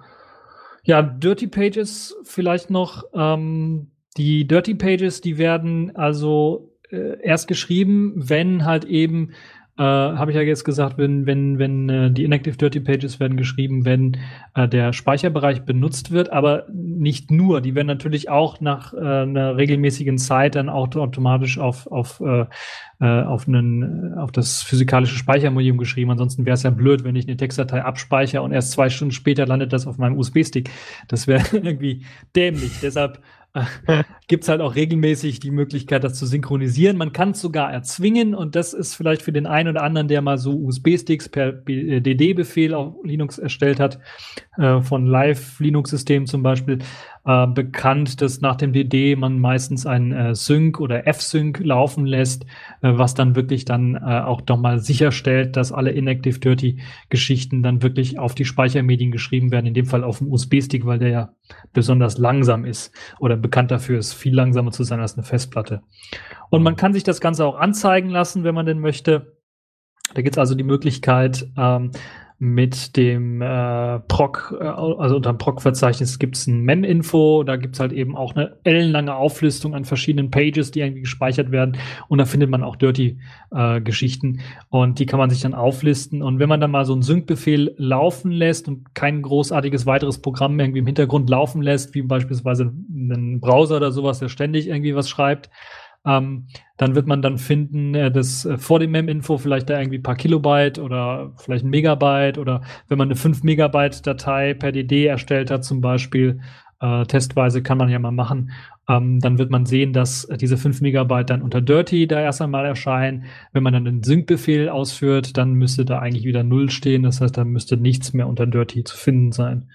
Ja, Dirty Pages vielleicht noch. Ähm, die Dirty Pages, die werden also äh, erst geschrieben, wenn halt eben, äh, habe ich ja jetzt gesagt, wenn wenn wenn äh, die Inactive Dirty Pages werden geschrieben, wenn äh, der Speicherbereich benutzt wird, aber nicht nur. Die werden natürlich auch nach äh, einer regelmäßigen Zeit dann auch automatisch auf auf äh, auf einen, auf das physikalische Speichermedium geschrieben. Ansonsten wäre es ja blöd, wenn ich eine Textdatei abspeichere und erst zwei Stunden später landet das auf meinem U S B-Stick. Das wäre irgendwie dämlich. Deshalb äh, gibt es halt auch regelmäßig die Möglichkeit, das zu synchronisieren. Man kann es sogar erzwingen und das ist vielleicht für den einen oder anderen, der mal so U S B-Sticks per D D-Befehl auf Linux erstellt hat, äh, von Live-Linux-Systemen zum Beispiel, äh, bekannt, dass nach dem D D man meistens ein äh, Sync oder F-Sync laufen lässt, äh, was dann wirklich dann äh, auch doch mal sicherstellt, dass alle Inactive Dirty Geschichten dann wirklich auf die Speichermedien geschrieben werden, in dem Fall auf dem U S B-Stick, weil der ja besonders langsam ist oder bekannt dafür ist, viel langsamer zu sein als eine Festplatte. Und man kann sich das Ganze auch anzeigen lassen, wenn man denn möchte. Da gibt es also die Möglichkeit, ähm, mit dem äh, Proc, äh, also unter dem Proc-Verzeichnis gibt es ein Mem-Info, da gibt es halt eben auch eine ellenlange Auflistung an verschiedenen Pages, die irgendwie gespeichert werden und da findet man auch Dirty-Geschichten äh, und die kann man sich dann auflisten und wenn man dann mal so einen Sync-Befehl laufen lässt und kein großartiges weiteres Programm irgendwie im Hintergrund laufen lässt, wie beispielsweise einen Browser oder sowas, der ständig irgendwie was schreibt, Ähm, dann wird man dann finden, äh, dass äh, vor dem Mem-Info vielleicht da irgendwie ein paar Kilobyte oder vielleicht ein Megabyte oder wenn man eine fünf Megabyte Datei per D D erstellt hat zum Beispiel, äh, testweise kann man ja mal machen, ähm, dann wird man sehen, dass äh, diese fünf Megabyte dann unter Dirty da erst einmal erscheinen. Wenn man dann den Sync-Befehl ausführt, dann müsste da eigentlich wieder Null stehen, das heißt, da müsste nichts mehr unter Dirty zu finden sein.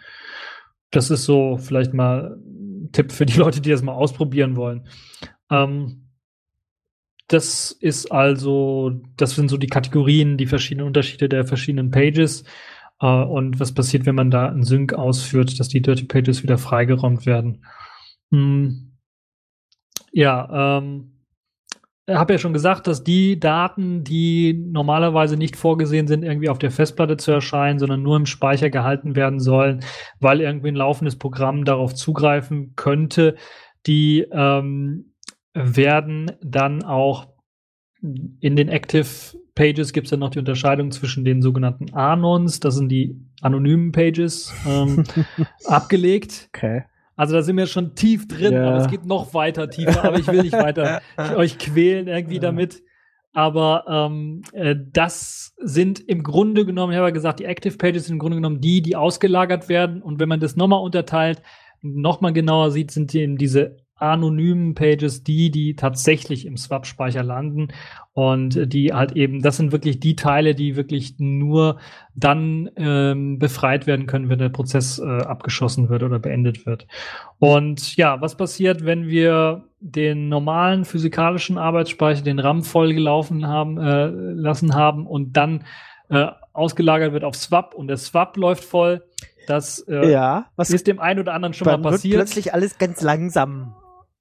Das ist so vielleicht mal ein Tipp für die Leute, die das mal ausprobieren wollen. Ähm, Das ist also, das sind so die Kategorien, die verschiedenen Unterschiede der verschiedenen Pages. Uh, und was passiert, wenn man da einen Sync ausführt, dass die Dirty Pages wieder freigeräumt werden. Hm. Ja, ähm, ich habe ja schon gesagt, dass die Daten, die normalerweise nicht vorgesehen sind, irgendwie auf der Festplatte zu erscheinen, sondern nur im Speicher gehalten werden sollen, weil irgendwie ein laufendes Programm darauf zugreifen könnte, die ähm, werden dann auch in den Active Pages gibt es dann noch die Unterscheidung zwischen den sogenannten Anons, das sind die anonymen Pages, ähm, abgelegt. Okay. Also da sind wir schon tief drin, ja. Aber es geht noch weiter tiefer, aber ich will nicht weiter euch quälen irgendwie ja. damit. Aber ähm, äh, das sind im Grunde genommen, ich habe ja gesagt, die Active Pages sind im Grunde genommen die, die ausgelagert werden. Und wenn man das nochmal unterteilt, nochmal genauer sieht, sind die eben diese anonymen Pages, die, die tatsächlich im Swap-Speicher landen und die halt eben, das sind wirklich die Teile, die wirklich nur dann ähm, befreit werden können, wenn der Prozess äh, abgeschossen wird oder beendet wird. Und ja, was passiert, wenn wir den normalen physikalischen Arbeitsspeicher, den RAM voll gelaufen haben, äh, lassen haben und dann äh, ausgelagert wird auf Swap und der Swap läuft voll? Das äh, ja, was ist dem einen oder anderen schon mal passiert. Wird plötzlich alles ganz langsam.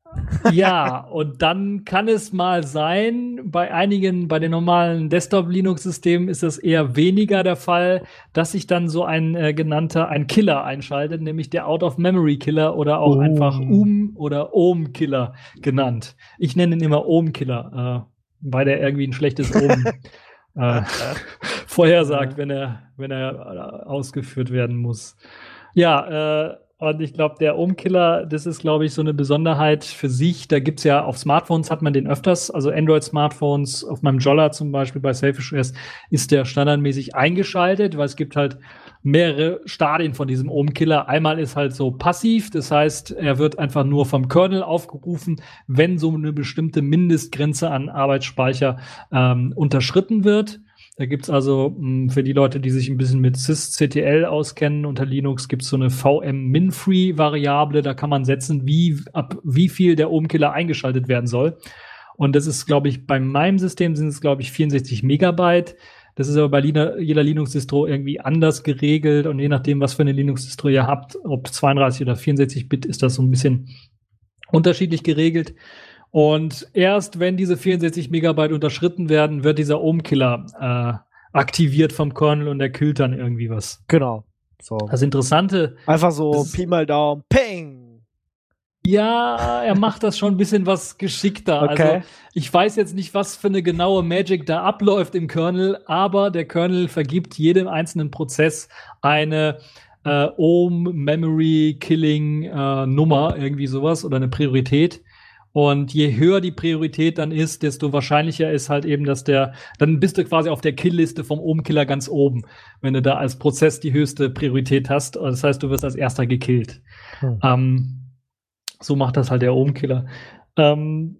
Ja, und dann kann es mal sein, bei einigen, bei den normalen Desktop-Linux-Systemen ist das eher weniger der Fall, dass sich dann so ein äh, genannter, ein Killer einschaltet, nämlich der Out-of-Memory-Killer oder auch Oh. einfach U M oder O M Killer genannt. Ich nenne ihn immer O M Killer, äh, weil der irgendwie ein schlechtes Omen äh, vorhersagt, Ja. wenn er, wenn er äh, ausgeführt werden muss. Ja, äh, und ich glaube, der O M Killer, das ist, glaube ich, so eine Besonderheit für sich. Da gibt's ja auf Smartphones hat man den öfters, also Android-Smartphones, auf meinem Jolla zum Beispiel bei Selfish O S ist der standardmäßig eingeschaltet, weil es gibt halt mehrere Stadien von diesem O M Killer. Einmal ist halt so passiv, das heißt, er wird einfach nur vom Kernel aufgerufen, wenn so eine bestimmte Mindestgrenze an Arbeitsspeicher ähm, unterschritten wird. Da gibt's also mh, für die Leute, die sich ein bisschen mit sysctl auskennen, unter Linux gibt's so eine V M-Minfree-Variable. Da kann man setzen, wie, ab wie viel der O M Killer eingeschaltet werden soll. Und das ist, glaube ich, bei meinem System sind es, glaube ich, vierundsechzig Megabyte. Das ist aber bei Lina, jeder Linux-Distro irgendwie anders geregelt. Und je nachdem, was für eine Linux-Distro ihr habt, ob zweiunddreißig oder vierundsechzig Bit, ist das so ein bisschen unterschiedlich geregelt. Und erst wenn diese vierundsechzig Megabyte unterschritten werden, wird dieser O M Killer äh, aktiviert vom Kernel und der killt dann irgendwie was. Genau. So. Das Interessante. Einfach so das ist, Pi mal Daumen, Ping! Ja, er macht das schon ein bisschen was geschickter. Okay. Also ich weiß jetzt nicht, was für eine genaue Magic da abläuft im Kernel, aber der Kernel vergibt jedem einzelnen Prozess eine äh, O M Memory Killing äh, Nummer, irgendwie sowas oder eine Priorität. Und je höher die Priorität dann ist, desto wahrscheinlicher ist halt eben, dass der, dann bist du quasi auf der Kill-Liste vom O M Killer ganz oben, wenn du da als Prozess die höchste Priorität hast. Das heißt, du wirst als erster gekillt. Hm. Ähm, so macht das halt der O M Killer. Ähm,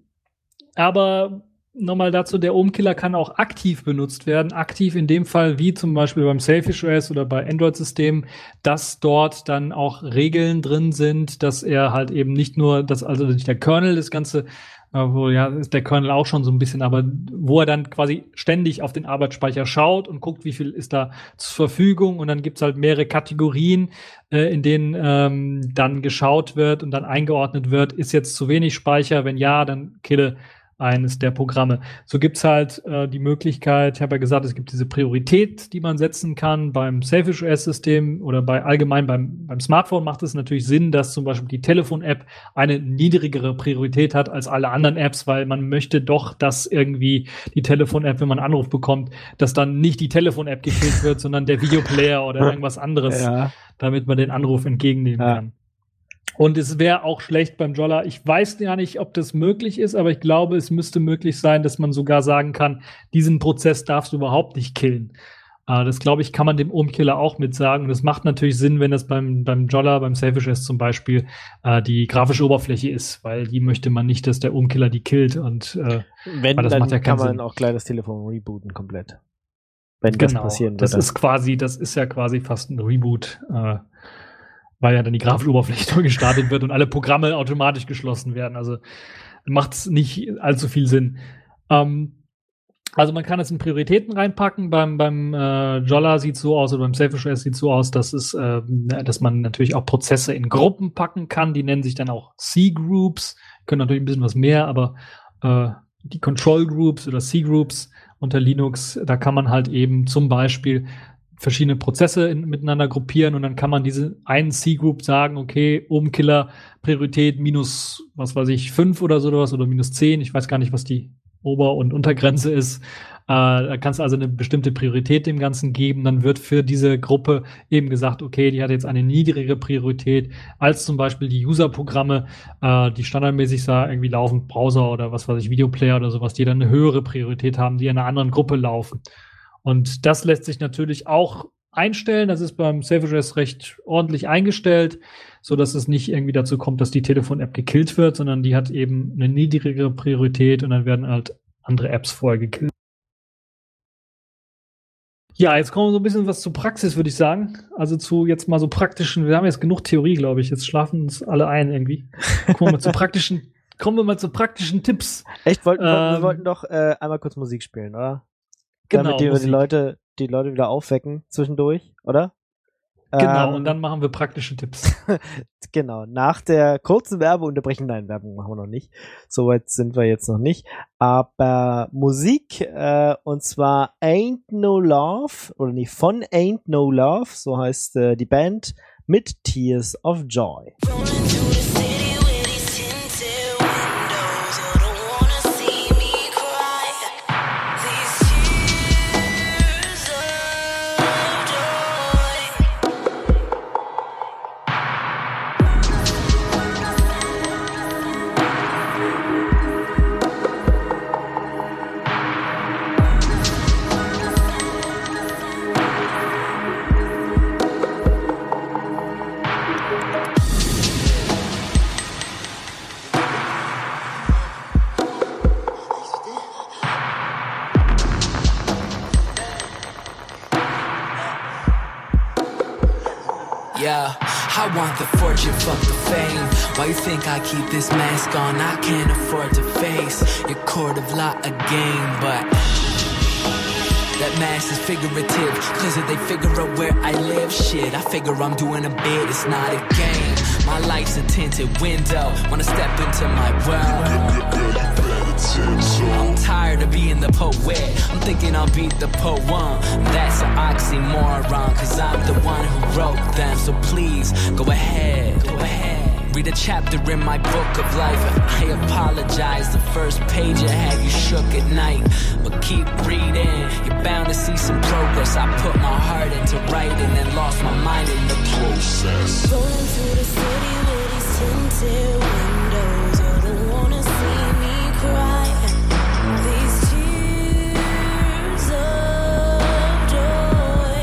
aber nochmal dazu, der O M Killer kann auch aktiv benutzt werden. Aktiv in dem Fall, wie zum Beispiel beim Selfish O S oder bei Android-Systemen, dass dort dann auch Regeln drin sind, dass er halt eben nicht nur, dass also nicht der Kernel das Ganze, äh, wo ja ist der Kernel auch schon so ein bisschen, aber wo er dann quasi ständig auf den Arbeitsspeicher schaut und guckt, wie viel ist da zur Verfügung, und dann gibt's halt mehrere Kategorien, äh, in denen ähm, dann geschaut wird und dann eingeordnet wird, ist jetzt zu wenig Speicher, wenn ja, dann kille eines der Programme. So gibt's halt äh, die Möglichkeit, ich habe ja gesagt, es gibt diese Priorität, die man setzen kann beim Selfish O S-System oder bei allgemein beim, beim Smartphone macht es natürlich Sinn, dass zum Beispiel die Telefon-App eine niedrigere Priorität hat als alle anderen Apps, weil man möchte doch, dass irgendwie die Telefon-App, wenn man einen Anruf bekommt, dass dann nicht die Telefon-App gekillt wird, sondern der Videoplayer oder irgendwas anderes, ja, damit man den Anruf entgegennehmen ja. kann. Und es wäre auch schlecht beim Jolla. Ich weiß gar nicht, ob das möglich ist, aber ich glaube, es müsste möglich sein, dass man sogar sagen kann, diesen Prozess darfst du überhaupt nicht killen. Äh, das, glaube ich, kann man dem O M Killer auch mit sagen. Und das macht natürlich Sinn, wenn das beim, beim Jolla, beim Selfish O S zum Beispiel, äh, die grafische Oberfläche ist, weil die möchte man nicht, dass der O M Killer die killt. Und äh, wenn, das dann macht ja kann man Sinn. Auch gleich das Telefon rebooten komplett. Wenn genau, das passieren würde. Das ist quasi, das ist ja quasi fast ein Reboot. Äh, weil ja dann die grafische Oberfläche neu gestartet wird und alle Programme automatisch geschlossen werden. Also macht es nicht allzu viel Sinn. Ähm, also man kann es in Prioritäten reinpacken. Beim, beim äh, Jolla sieht es so aus, oder beim Selfish O S sieht es so aus, dass, es, äh, dass man natürlich auch Prozesse in Gruppen packen kann. Die nennen sich dann auch C-Groups. Können natürlich ein bisschen was mehr, aber äh, die Control-Groups oder C-Groups unter Linux, da kann man halt eben zum Beispiel verschiedene Prozesse in, miteinander gruppieren, und dann kann man diese einen C-Group sagen, okay, O M Killer Priorität minus, was weiß ich, fünf oder so was oder minus zehn. Ich weiß gar nicht, was die Ober- und Untergrenze ist. Äh, da kannst du also eine bestimmte Priorität dem Ganzen geben. Dann wird für diese Gruppe eben gesagt, okay, die hat jetzt eine niedrigere Priorität als zum Beispiel die User-Programme, äh, die standardmäßig da irgendwie laufen, Browser oder was weiß ich, Videoplayer oder sowas, die dann eine höhere Priorität haben, die in einer anderen Gruppe laufen. Und das lässt sich natürlich auch einstellen. Das ist beim Selfish O S recht ordentlich eingestellt, so dass es nicht irgendwie dazu kommt, dass die Telefon-App gekillt wird, sondern die hat eben eine niedrigere Priorität und dann werden halt andere Apps vorher gekillt. Ja, jetzt kommen wir so ein bisschen was zur Praxis, würde ich sagen. Also zu jetzt mal so praktischen, wir haben jetzt genug Theorie, glaube ich. Jetzt schlafen uns alle ein irgendwie. Kommen wir mal zu praktischen, kommen wir mal zu praktischen Tipps. Echt, wollten, ähm, wir wollten doch äh, einmal kurz Musik spielen, oder? Genau, damit die, Musik. die Leute, die Leute wieder aufwecken zwischendurch, oder? Genau, Ähm, und dann machen wir praktische Tipps. Genau, nach der kurzen Werbeunterbrechung, nein, Werbung machen wir noch nicht, soweit sind wir jetzt noch nicht, aber Musik, äh, und zwar Ain't No Love, oder nicht, von Ain't No Love, so heißt äh, die Band, mit Tears of Joy. Yeah, I want the fortune, fuck the fame. Why you think I keep this mask on? I can't afford to face your court of law again, but that mask is figurative, cause if they figure out where I live, shit, I figure I'm doing a bit, it's not a game. My life's a tinted window, wanna step into my world. I'm tired of being the poet, I'm thinking I'll beat the poem. That's an oxymoron, cause I'm the one who wrote them. So please, go ahead, go ahead, read a chapter in my book of life. I apologize, the first page I had you shook at night, but keep reading, you're bound to see some progress. I put my heart into writing and lost my mind in the process. Rolling through the city with these tinted windows, you don't wanna see me cry. These tears of joy.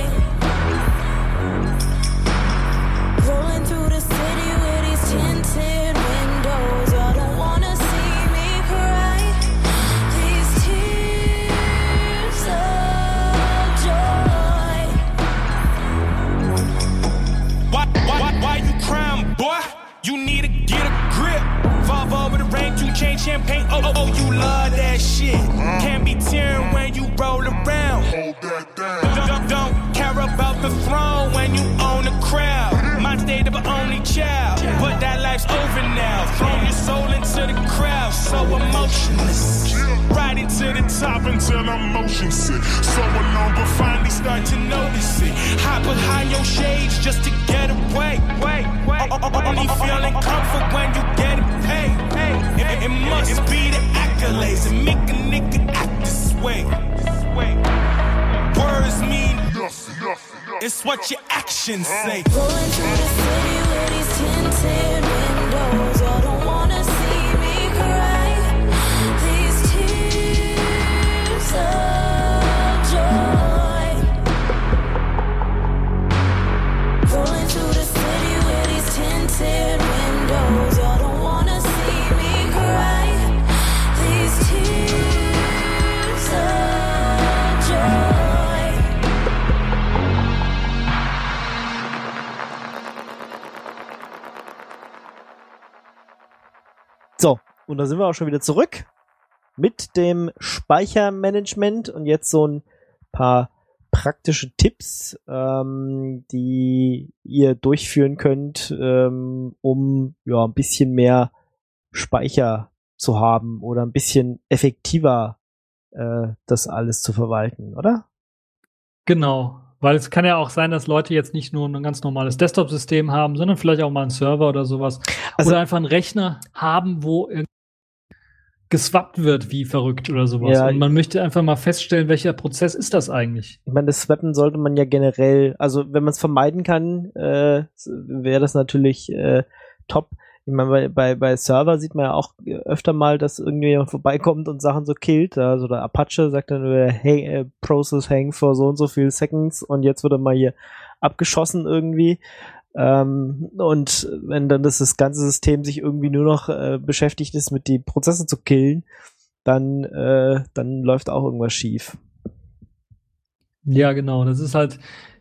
Rolling through the city with these tinted windows, you don't wanna see me cry. These tears of joy. Why, why, why, why you crying, boy? You need to get a grip. Volvo with the rain, two chain champagne. Oh, oh, oh, you love that shit. Can't be tearing when you roll around. Hold that down. Don't, don't care about the throne when you own the crowd. My state of an only child, but that life's over now. Throw your soul into the crowd, so emotionless. Right into the top until I'm motion sick. So alone, but finally start to notice it. Hop behind your shades just to get away. Wait, wait. Only feeling comfort when you get it paid. It, it must be the accolades that make a nigga act this way. Words mean nothing. It's what your actions say. Rolling through the city with these tinted windows, you don't wanna see me cry. These tears of joy. Rolling through the city with these tinted windows, you don't wanna see me cry. These tears of joy. So, und da sind wir auch schon wieder zurück mit dem Speichermanagement und jetzt so ein paar praktische Tipps, ähm, die ihr durchführen könnt, ähm, um ja ein bisschen mehr Speicher zu haben oder ein bisschen effektiver äh, das alles zu verwalten, oder? Genau, weil es kann ja auch sein, dass Leute jetzt nicht nur ein ganz normales Desktop-System haben, sondern vielleicht auch mal einen Server oder sowas. Also- oder einfach einen Rechner haben, wo irgendwie geswappt wird wie verrückt oder sowas. Ja. Und man möchte einfach mal feststellen, welcher Prozess ist das eigentlich? Ich meine, das Swappen sollte man ja generell, also wenn man es vermeiden kann, äh, wäre das natürlich äh, top. Ich meine, bei, bei, bei Server sieht man ja auch öfter mal, dass irgendjemand vorbeikommt und Sachen so killt. Also der Apache sagt dann nur, hey, äh, Process hang for so und so viel Seconds und jetzt wird er mal hier abgeschossen irgendwie. Ähm, und wenn dann das, das ganze System sich irgendwie nur noch äh, beschäftigt ist, mit die Prozesse zu killen, dann, äh, dann läuft auch irgendwas schief. Ja, genau. Das ist halt,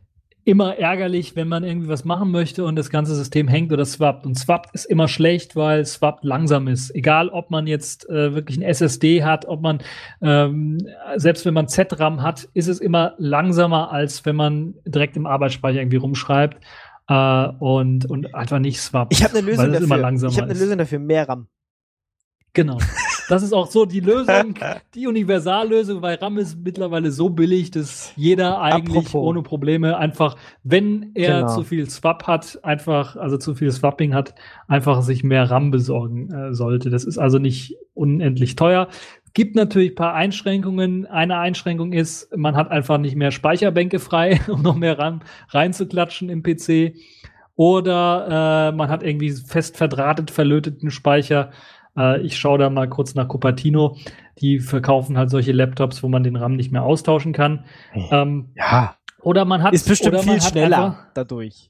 immer ärgerlich, wenn man irgendwie was machen möchte und das ganze System hängt oder swappt. Und swappt ist immer schlecht, weil swappt langsam ist. Egal, ob man jetzt äh, wirklich ein S S D hat, ob man, ähm, selbst wenn man Z RAM hat, ist es immer langsamer, als wenn man direkt im Arbeitsspeicher irgendwie rumschreibt äh, und, und einfach nicht swappt. Ich habe eine Lösung weil es immer dafür. langsamer Ich habe eine ist. Lösung dafür, mehr RAM. Genau. Das ist auch so die Lösung, die Universallösung, weil RAM ist mittlerweile so billig, dass jeder eigentlich Apropos. ohne Probleme einfach, wenn er Genau. zu viel Swap hat, einfach, also zu viel Swapping hat, einfach sich mehr RAM besorgen äh, sollte. Das ist also nicht unendlich teuer. Gibt natürlich ein paar Einschränkungen. Eine Einschränkung ist, man hat einfach nicht mehr Speicherbänke frei, um noch mehr RAM reinzuklatschen im P C. Oder äh, man hat irgendwie fest verdrahtet verlöteten Speicher. Äh, ich schaue da mal kurz nach Cupertino. Die verkaufen halt solche Laptops, wo man den RAM nicht mehr austauschen kann. Ähm, Ja. oder man hat Ist bestimmt oder man viel hat schneller einfach- dadurch.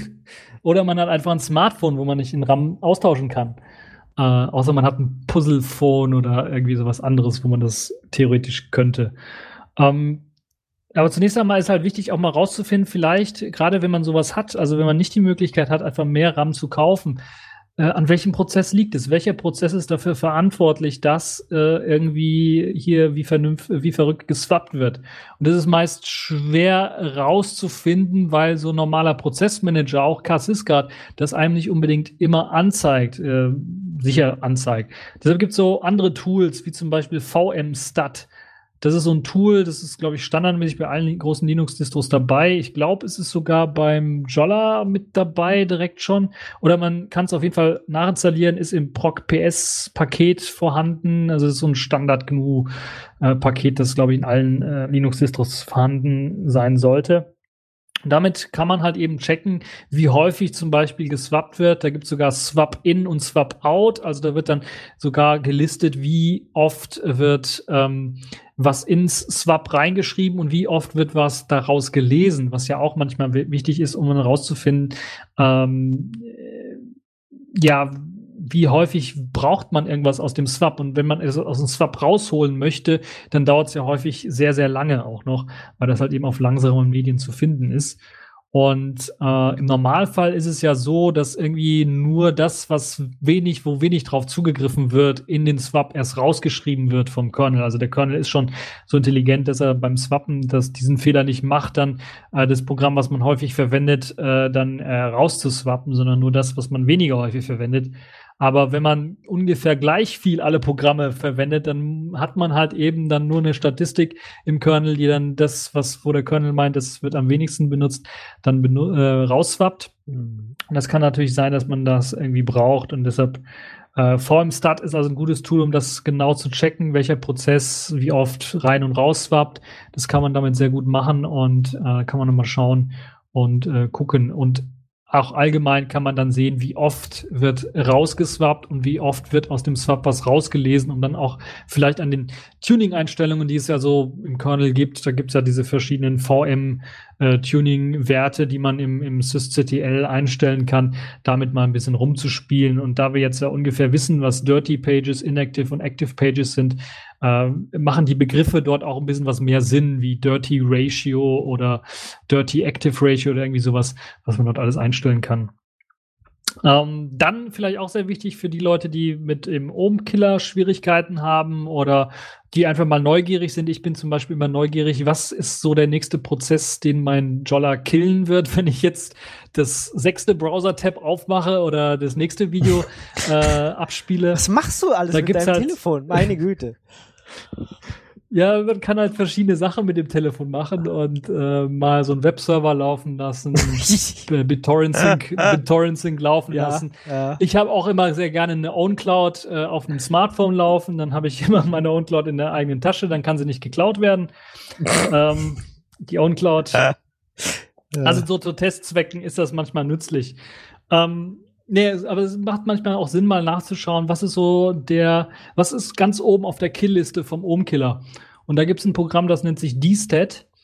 Oder man hat einfach ein Smartphone, wo man nicht den RAM austauschen kann. Äh, außer man hat ein Puzzlephone oder irgendwie sowas anderes, wo man das theoretisch könnte. Ähm, aber zunächst einmal ist halt wichtig, auch mal rauszufinden, vielleicht, gerade wenn man sowas hat, also wenn man nicht die Möglichkeit hat, einfach mehr RAM zu kaufen, äh, an welchem Prozess liegt es? Welcher Prozess ist dafür verantwortlich, dass äh, irgendwie hier wie, vernünft, wie verrückt geswappt wird? Und das ist meist schwer rauszufinden, weil so ein normaler Prozessmanager, auch K Syscard, das einem nicht unbedingt immer anzeigt, äh, sicher anzeigt. Deshalb gibt es so andere Tools, wie zum Beispiel V M Stat. Das ist so ein Tool, das ist, glaube ich, standardmäßig bei allen großen Linux-Distros dabei. Ich glaube, es ist sogar beim Jolla mit dabei direkt schon. Oder man kann es auf jeden Fall nachinstallieren, ist im Proc-P S-Paket vorhanden. Also es ist so ein Standard-G N U-Paket, das, glaube ich, in allen äh, Linux-Distros vorhanden sein sollte. Damit kann man halt eben checken, wie häufig zum Beispiel geswappt wird. Da gibt es sogar Swap-In und Swap-Out. Also da wird dann sogar gelistet, wie oft wird ähm, was ins Swap reingeschrieben und wie oft wird was daraus gelesen, was ja auch manchmal wi- wichtig ist, um dann rauszufinden, ähm, äh, ja, wie häufig braucht man irgendwas aus dem Swap. Und wenn man es aus dem Swap rausholen möchte, dann dauert es ja häufig sehr, sehr lange auch noch, weil das halt eben auf langsamen Medien zu finden ist. Und äh, im Normalfall ist es ja so, dass irgendwie nur das, was wenig, wo wenig drauf zugegriffen wird, in den Swap erst rausgeschrieben wird vom Kernel. Also der Kernel ist schon so intelligent, dass er beim Swappen, dass diesen Fehler nicht macht, dann äh, das Programm, was man häufig verwendet, äh, dann äh, rauszuswappen, sondern nur das, was man weniger häufig verwendet. Aber wenn man ungefähr gleich viel alle Programme verwendet, dann hat man halt eben dann nur eine Statistik im Kernel, die dann das, was wo der Kernel meint, das wird am wenigsten benutzt, dann benu äh, rausswappt. Und das kann natürlich sein, dass man das irgendwie braucht. Und deshalb äh, V M Stat ist also ein gutes Tool, um das genau zu checken, welcher Prozess wie oft rein und raus swappt. Das kann man damit sehr gut machen und äh, kann man nochmal schauen und äh, gucken. Und auch allgemein kann man dann sehen, wie oft wird rausgeswappt und wie oft wird aus dem Swap was rausgelesen, um dann auch vielleicht an den Tuning-Einstellungen, die es ja so im Kernel gibt, da gibt es ja diese verschiedenen V M-Tuning-Werte, die man im, im sysctl einstellen kann, damit mal ein bisschen rumzuspielen. Und da wir jetzt ja ungefähr wissen, was Dirty Pages, Inactive und Active Pages sind, äh, machen die Begriffe dort auch ein bisschen was mehr Sinn, wie Dirty Ratio oder Dirty Active Ratio oder irgendwie sowas, was man dort alles einstellen kann. Ähm, dann vielleicht auch sehr wichtig für die Leute, die mit dem Ohmkiller Schwierigkeiten haben oder die einfach mal neugierig sind. Ich bin zum Beispiel immer neugierig, was ist so der nächste Prozess, den mein Jolla killen wird, wenn ich jetzt das sechste Browser-Tab aufmache oder das nächste Video äh, abspiele. Was machst du alles Da mit gibt's deinem halt- Telefon? Meine Güte. Ja, man kann halt verschiedene Sachen mit dem Telefon machen und äh, mal so einen Webserver laufen lassen, äh, BitTorrent-Sync BitTorrent-Sync laufen Ja, lassen. ja. Ich habe auch immer sehr gerne eine OwnCloud äh, auf einem Smartphone laufen, dann habe ich immer meine OwnCloud in der eigenen Tasche, dann kann sie nicht geklaut werden. ähm, die OwnCloud. Also so zu Testzwecken ist das manchmal nützlich. Ähm, nee, aber es macht manchmal auch Sinn, mal nachzuschauen, was ist so der, was ist ganz oben auf der Kill-Liste vom Ohmkiller. Und da gibt es ein Programm, das nennt sich D-Stat.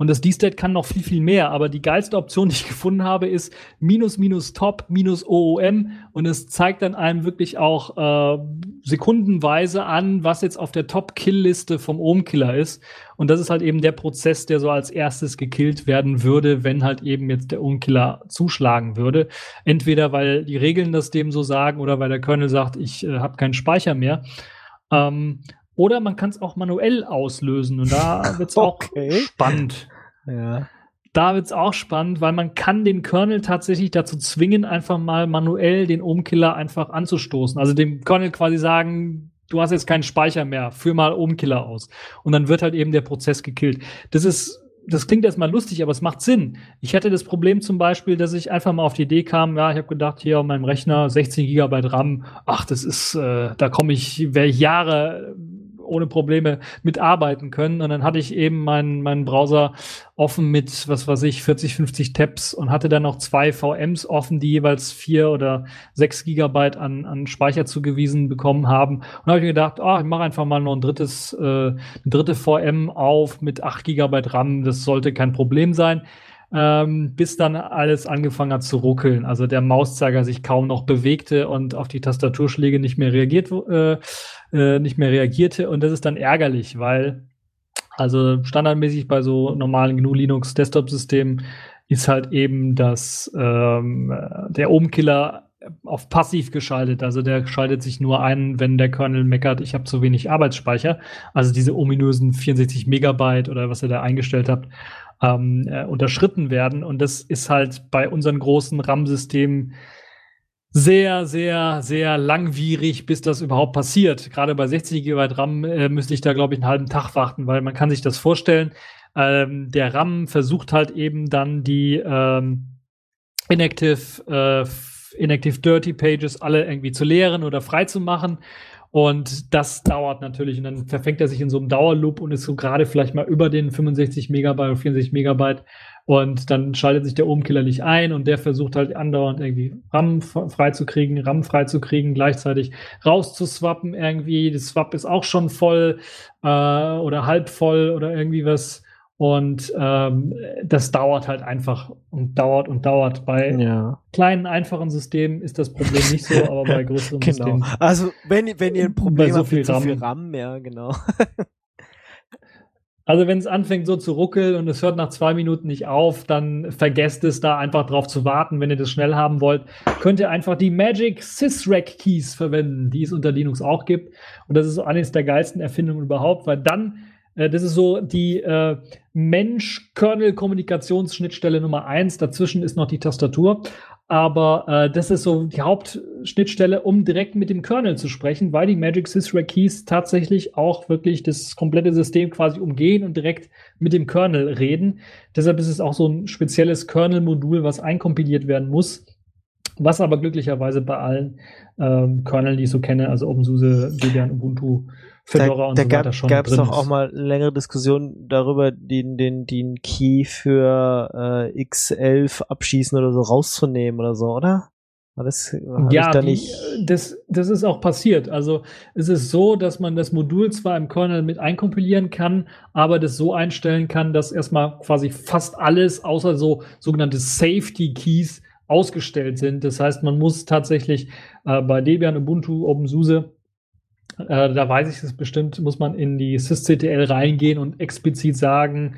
Und das D-State kann noch viel, viel mehr. Aber die geilste Option, die ich gefunden habe, ist minus minus top minus O O M. Und es zeigt dann einem wirklich auch äh, sekundenweise an, was jetzt auf der Top-Kill-Liste vom Ohm-Killer ist. Und das ist halt eben der Prozess, der so als erstes gekillt werden würde, wenn halt eben jetzt der Ohm-Killer zuschlagen würde. Entweder weil die Regeln das dem so sagen oder weil der Kernel sagt, ich äh, habe keinen Speicher mehr. Ähm, oder man kann es auch manuell auslösen. Und da wird es Okay. auch spannend. Ja. Da wird es auch spannend, weil man kann den Kernel tatsächlich dazu zwingen, einfach mal manuell den Ohm-Killer einfach anzustoßen. Also dem Kernel quasi sagen, du hast jetzt keinen Speicher mehr, führ mal Ohm-Killer aus. Und dann wird halt eben der Prozess gekillt. Das ist, das klingt erstmal lustig, aber es macht Sinn. Ich hatte das Problem zum Beispiel, dass ich einfach mal auf die Idee kam, ja, ich habe gedacht, hier auf meinem Rechner sechzehn Gigabyte RAM, ach, das ist, äh, da komme ich, wäre ich Jahre ohne Probleme mitarbeiten können. Und dann hatte ich eben meinen meinen Browser offen mit, was weiß ich, vierzig, fünfzig Tabs und hatte dann noch zwei V Ms offen, die jeweils vier oder sechs Gigabyte an, an Speicher zugewiesen bekommen haben. Und da habe ich mir gedacht, ah, ich mache einfach mal noch ein drittes, äh, eine dritte V M auf mit acht Gigabyte RAM. Das sollte kein Problem sein. Ähm, bis dann alles angefangen hat zu ruckeln. Also der Mauszeiger sich kaum noch bewegte und auf die Tastaturschläge nicht mehr reagiert, äh, äh, nicht mehr reagierte. Und das ist dann ärgerlich, weil also standardmäßig bei so normalen G N U Linux Desktop-Systemen ist halt eben das ähm, der Ohm-Killer auf passiv geschaltet. Also der schaltet sich nur ein, wenn der Kernel meckert, ich habe zu wenig Arbeitsspeicher. Also diese ominösen vierundsechzig Megabyte oder was ihr da eingestellt habt, ähm, äh, unterschritten werden. Und das ist halt bei unseren großen RAM-Systemen sehr, sehr, sehr langwierig, bis das überhaupt passiert. Gerade bei sechzig Gigabyte RAM äh, müsste ich da, glaube ich, einen halben Tag warten, weil man kann sich das vorstellen. Ähm, der RAM versucht halt eben dann die ähm, Inactive, äh, Inactive Dirty Pages alle irgendwie zu leeren oder frei zu machen. Und das dauert natürlich. Und dann verfängt er sich in so einem Dauerloop und ist so gerade vielleicht mal über den fünfundsechzig Megabyte oder vierundsechzig Megabyte. Und dann schaltet sich der Ohm-Killer nicht ein und der versucht halt andauernd irgendwie RAM freizukriegen, RAM freizukriegen, gleichzeitig rauszuswappen irgendwie. Das Swap ist auch schon voll äh, oder halb voll oder irgendwie was. Und ähm, das dauert halt einfach und dauert und dauert. Bei Ja. kleinen, einfachen Systemen ist das Problem nicht so, aber bei größeren Genau. Systemen. Also wenn, wenn ihr ein Problem Bei so habt viel mit so RAM. viel RAM, ja, genau. Also wenn es anfängt so zu ruckeln und es hört nach zwei Minuten nicht auf, dann vergesst es, da einfach drauf zu warten. Wenn ihr das schnell haben wollt, könnt ihr einfach die Magic Sysrec Keys verwenden, die es unter Linux auch gibt. Und das ist so eines der geilsten Erfindungen überhaupt, weil dann, äh, das ist so die äh, Mensch-Kernel-Kommunikationsschnittstelle Nummer eins. Dazwischen ist noch die Tastatur. Aber äh, das ist so die Hauptschnittstelle, um direkt mit dem Kernel zu sprechen, weil die Magic Sysrec Keys tatsächlich auch wirklich das komplette System quasi umgehen und direkt mit dem Kernel reden. Deshalb ist es auch so ein spezielles Kernel-Modul, was einkompiliert werden muss, was aber glücklicherweise bei allen ähm, Kerneln, die ich so kenne, also OpenSUSE, Debian, Ubuntu, Fedora da, und da so gab, weiter schon gab es drin doch auch ist. mal längere Diskussionen darüber, den, den, den Key für äh, X elf abschießen oder so rauszunehmen oder so, oder? War das, hab Ja, ich da die, nicht? das, das ist auch passiert. Also es ist so, dass man das Modul zwar im Kernel mit einkompilieren kann, aber das so einstellen kann, dass erstmal quasi fast alles außer so sogenannte Safety Keys ausgestellt sind. Das heißt, man muss tatsächlich äh, bei Debian, Ubuntu, OpenSUSE, äh, da weiß ich es bestimmt, muss man in die sysctl reingehen und explizit sagen,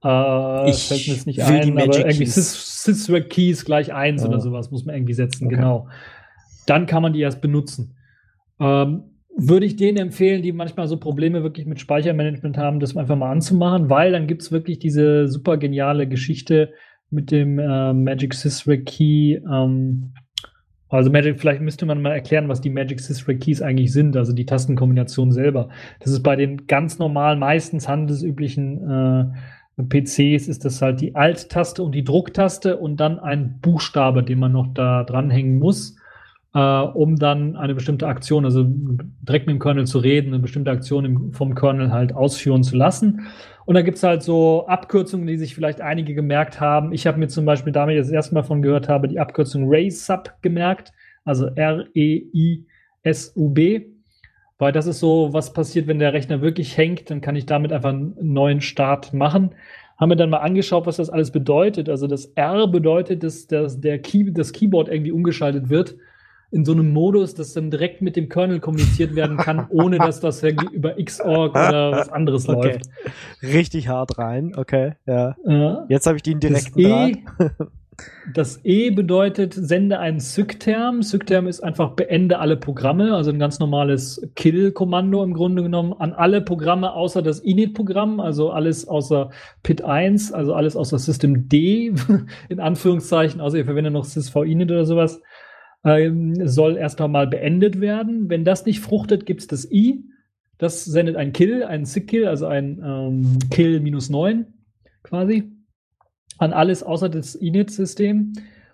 äh, Ich fällt mir jetzt nicht will die ein, aber Magic irgendwie Keys. Sys Sysrec Keys gleich eins Ja. oder sowas muss man irgendwie setzen, Okay. genau. Dann kann man die erst benutzen. Ähm, würde ich denen empfehlen, die manchmal so Probleme wirklich mit Speichermanagement haben, das einfach mal anzumachen, weil dann gibt es wirklich diese super geniale Geschichte mit dem äh, Magic Sysrec Key. Ähm, also Magic, vielleicht müsste man mal erklären, was die Magic Sysrec Keys eigentlich sind, also die Tastenkombination selber. Das ist bei den ganz normalen, meistens handelsüblichen äh, P Cs ist das halt die Alt-Taste und die Drucktaste und dann ein Buchstabe, den man noch da dranhängen muss, äh, um dann eine bestimmte Aktion, also direkt mit dem Kernel zu reden, eine bestimmte Aktion im, vom Kernel halt ausführen zu lassen. Und da gibt's halt so Abkürzungen, die sich vielleicht einige gemerkt haben. Ich habe mir zum Beispiel, da ich das erste Mal von gehört habe, die Abkürzung REISUB gemerkt, also R E I S U B. Weil das ist so, was passiert, wenn der Rechner wirklich hängt, dann kann ich damit einfach einen neuen Start machen. haben wir dann mal angeschaut, was das alles bedeutet. Also das R bedeutet, dass, dass der Key, das Keyboard irgendwie umgeschaltet wird in so einem Modus, dass dann direkt mit dem Kernel kommuniziert werden kann, ohne dass das irgendwie über Xorg oder was anderes Okay. läuft. Richtig hart rein, okay, ja. Äh, Jetzt habe ich den das, direkten e, Draht. das E bedeutet, sende einen Sycterm. Sycterm ist einfach beende alle Programme, also ein ganz normales Kill-Kommando im Grunde genommen an alle Programme außer das Init-Programm, also alles außer P I T eins, also alles außer System D, in Anführungszeichen, außer ihr verwendet noch sysv-init oder sowas, ähm, soll erst einmal beendet werden. Wenn das nicht fruchtet, gibt es das I. Das sendet ein Kill, einen Syc-Kill, also ein ähm, Kill minus neun quasi, an alles außer das Init-System.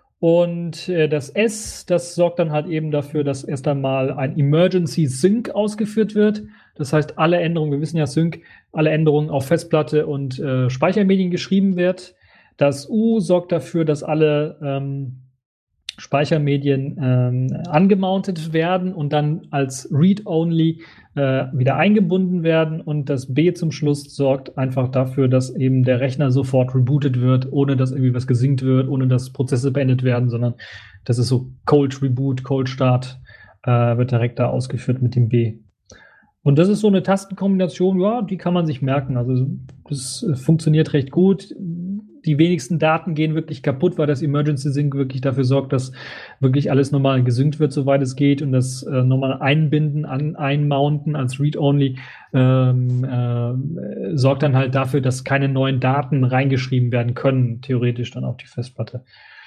Und äh, das S, das sorgt dann halt eben dafür, dass erst einmal ein Emergency Sync ausgeführt wird. Das heißt, alle Änderungen, wir wissen ja Sync, alle Änderungen auf Festplatte und äh, Speichermedien geschrieben wird. Das U sorgt dafür, dass alle ähm, Speichermedien ähm, angemountet werden und dann als Read-Only äh, wieder eingebunden werden. Und das B zum Schluss sorgt einfach dafür, dass eben der Rechner sofort rebootet wird, ohne dass irgendwie was gesinkt wird, ohne dass Prozesse beendet werden, sondern das ist so Cold Reboot, Cold Start, äh, wird direkt da ausgeführt mit dem B. Und das ist so eine Tastenkombination, ja, die kann man sich merken. Also das äh, funktioniert recht gut. Die wenigsten Daten gehen wirklich kaputt, weil das Emergency Sync wirklich dafür sorgt, dass wirklich alles normal gesynkt wird, soweit es geht, und das äh, normal Einbinden, an, Einmounten als Read-Only ähm, äh, sorgt dann halt dafür, dass keine neuen Daten reingeschrieben werden können, theoretisch dann auf die Festplatte,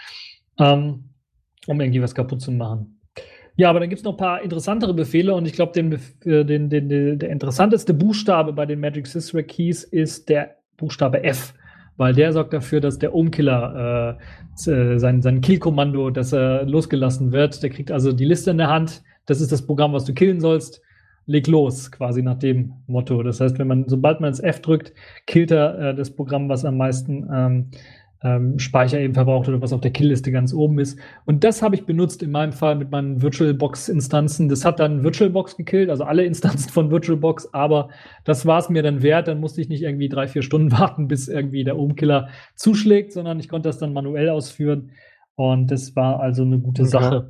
ähm, um irgendwie was kaputt zu machen. Ja, aber dann gibt es noch ein paar interessantere Befehle, und ich glaube, den, den, den, den, der interessanteste Buchstabe bei den Magic Sysrack Keys ist der Buchstabe F, weil der sorgt dafür, dass der Ohmkiller äh, sein, sein Kill-Kommando, dass er losgelassen wird. Der kriegt also die Liste in der Hand. Das ist das Programm, was du killen sollst. Leg los, quasi nach dem Motto. Das heißt, wenn man, sobald man das F drückt, killt er äh, das Programm, was am meisten ähm, ähm, Speicher eben verbraucht oder was auf der Killliste ganz oben ist. Und das habe ich benutzt in meinem Fall mit meinen VirtualBox-Instanzen. Das hat dann VirtualBox gekillt, also alle Instanzen von VirtualBox, aber das war es mir dann wert. Dann musste ich nicht irgendwie drei, vier Stunden warten, bis irgendwie der Ohmkiller zuschlägt, sondern ich konnte das dann manuell ausführen. Und das war also eine gute Okay. Sache.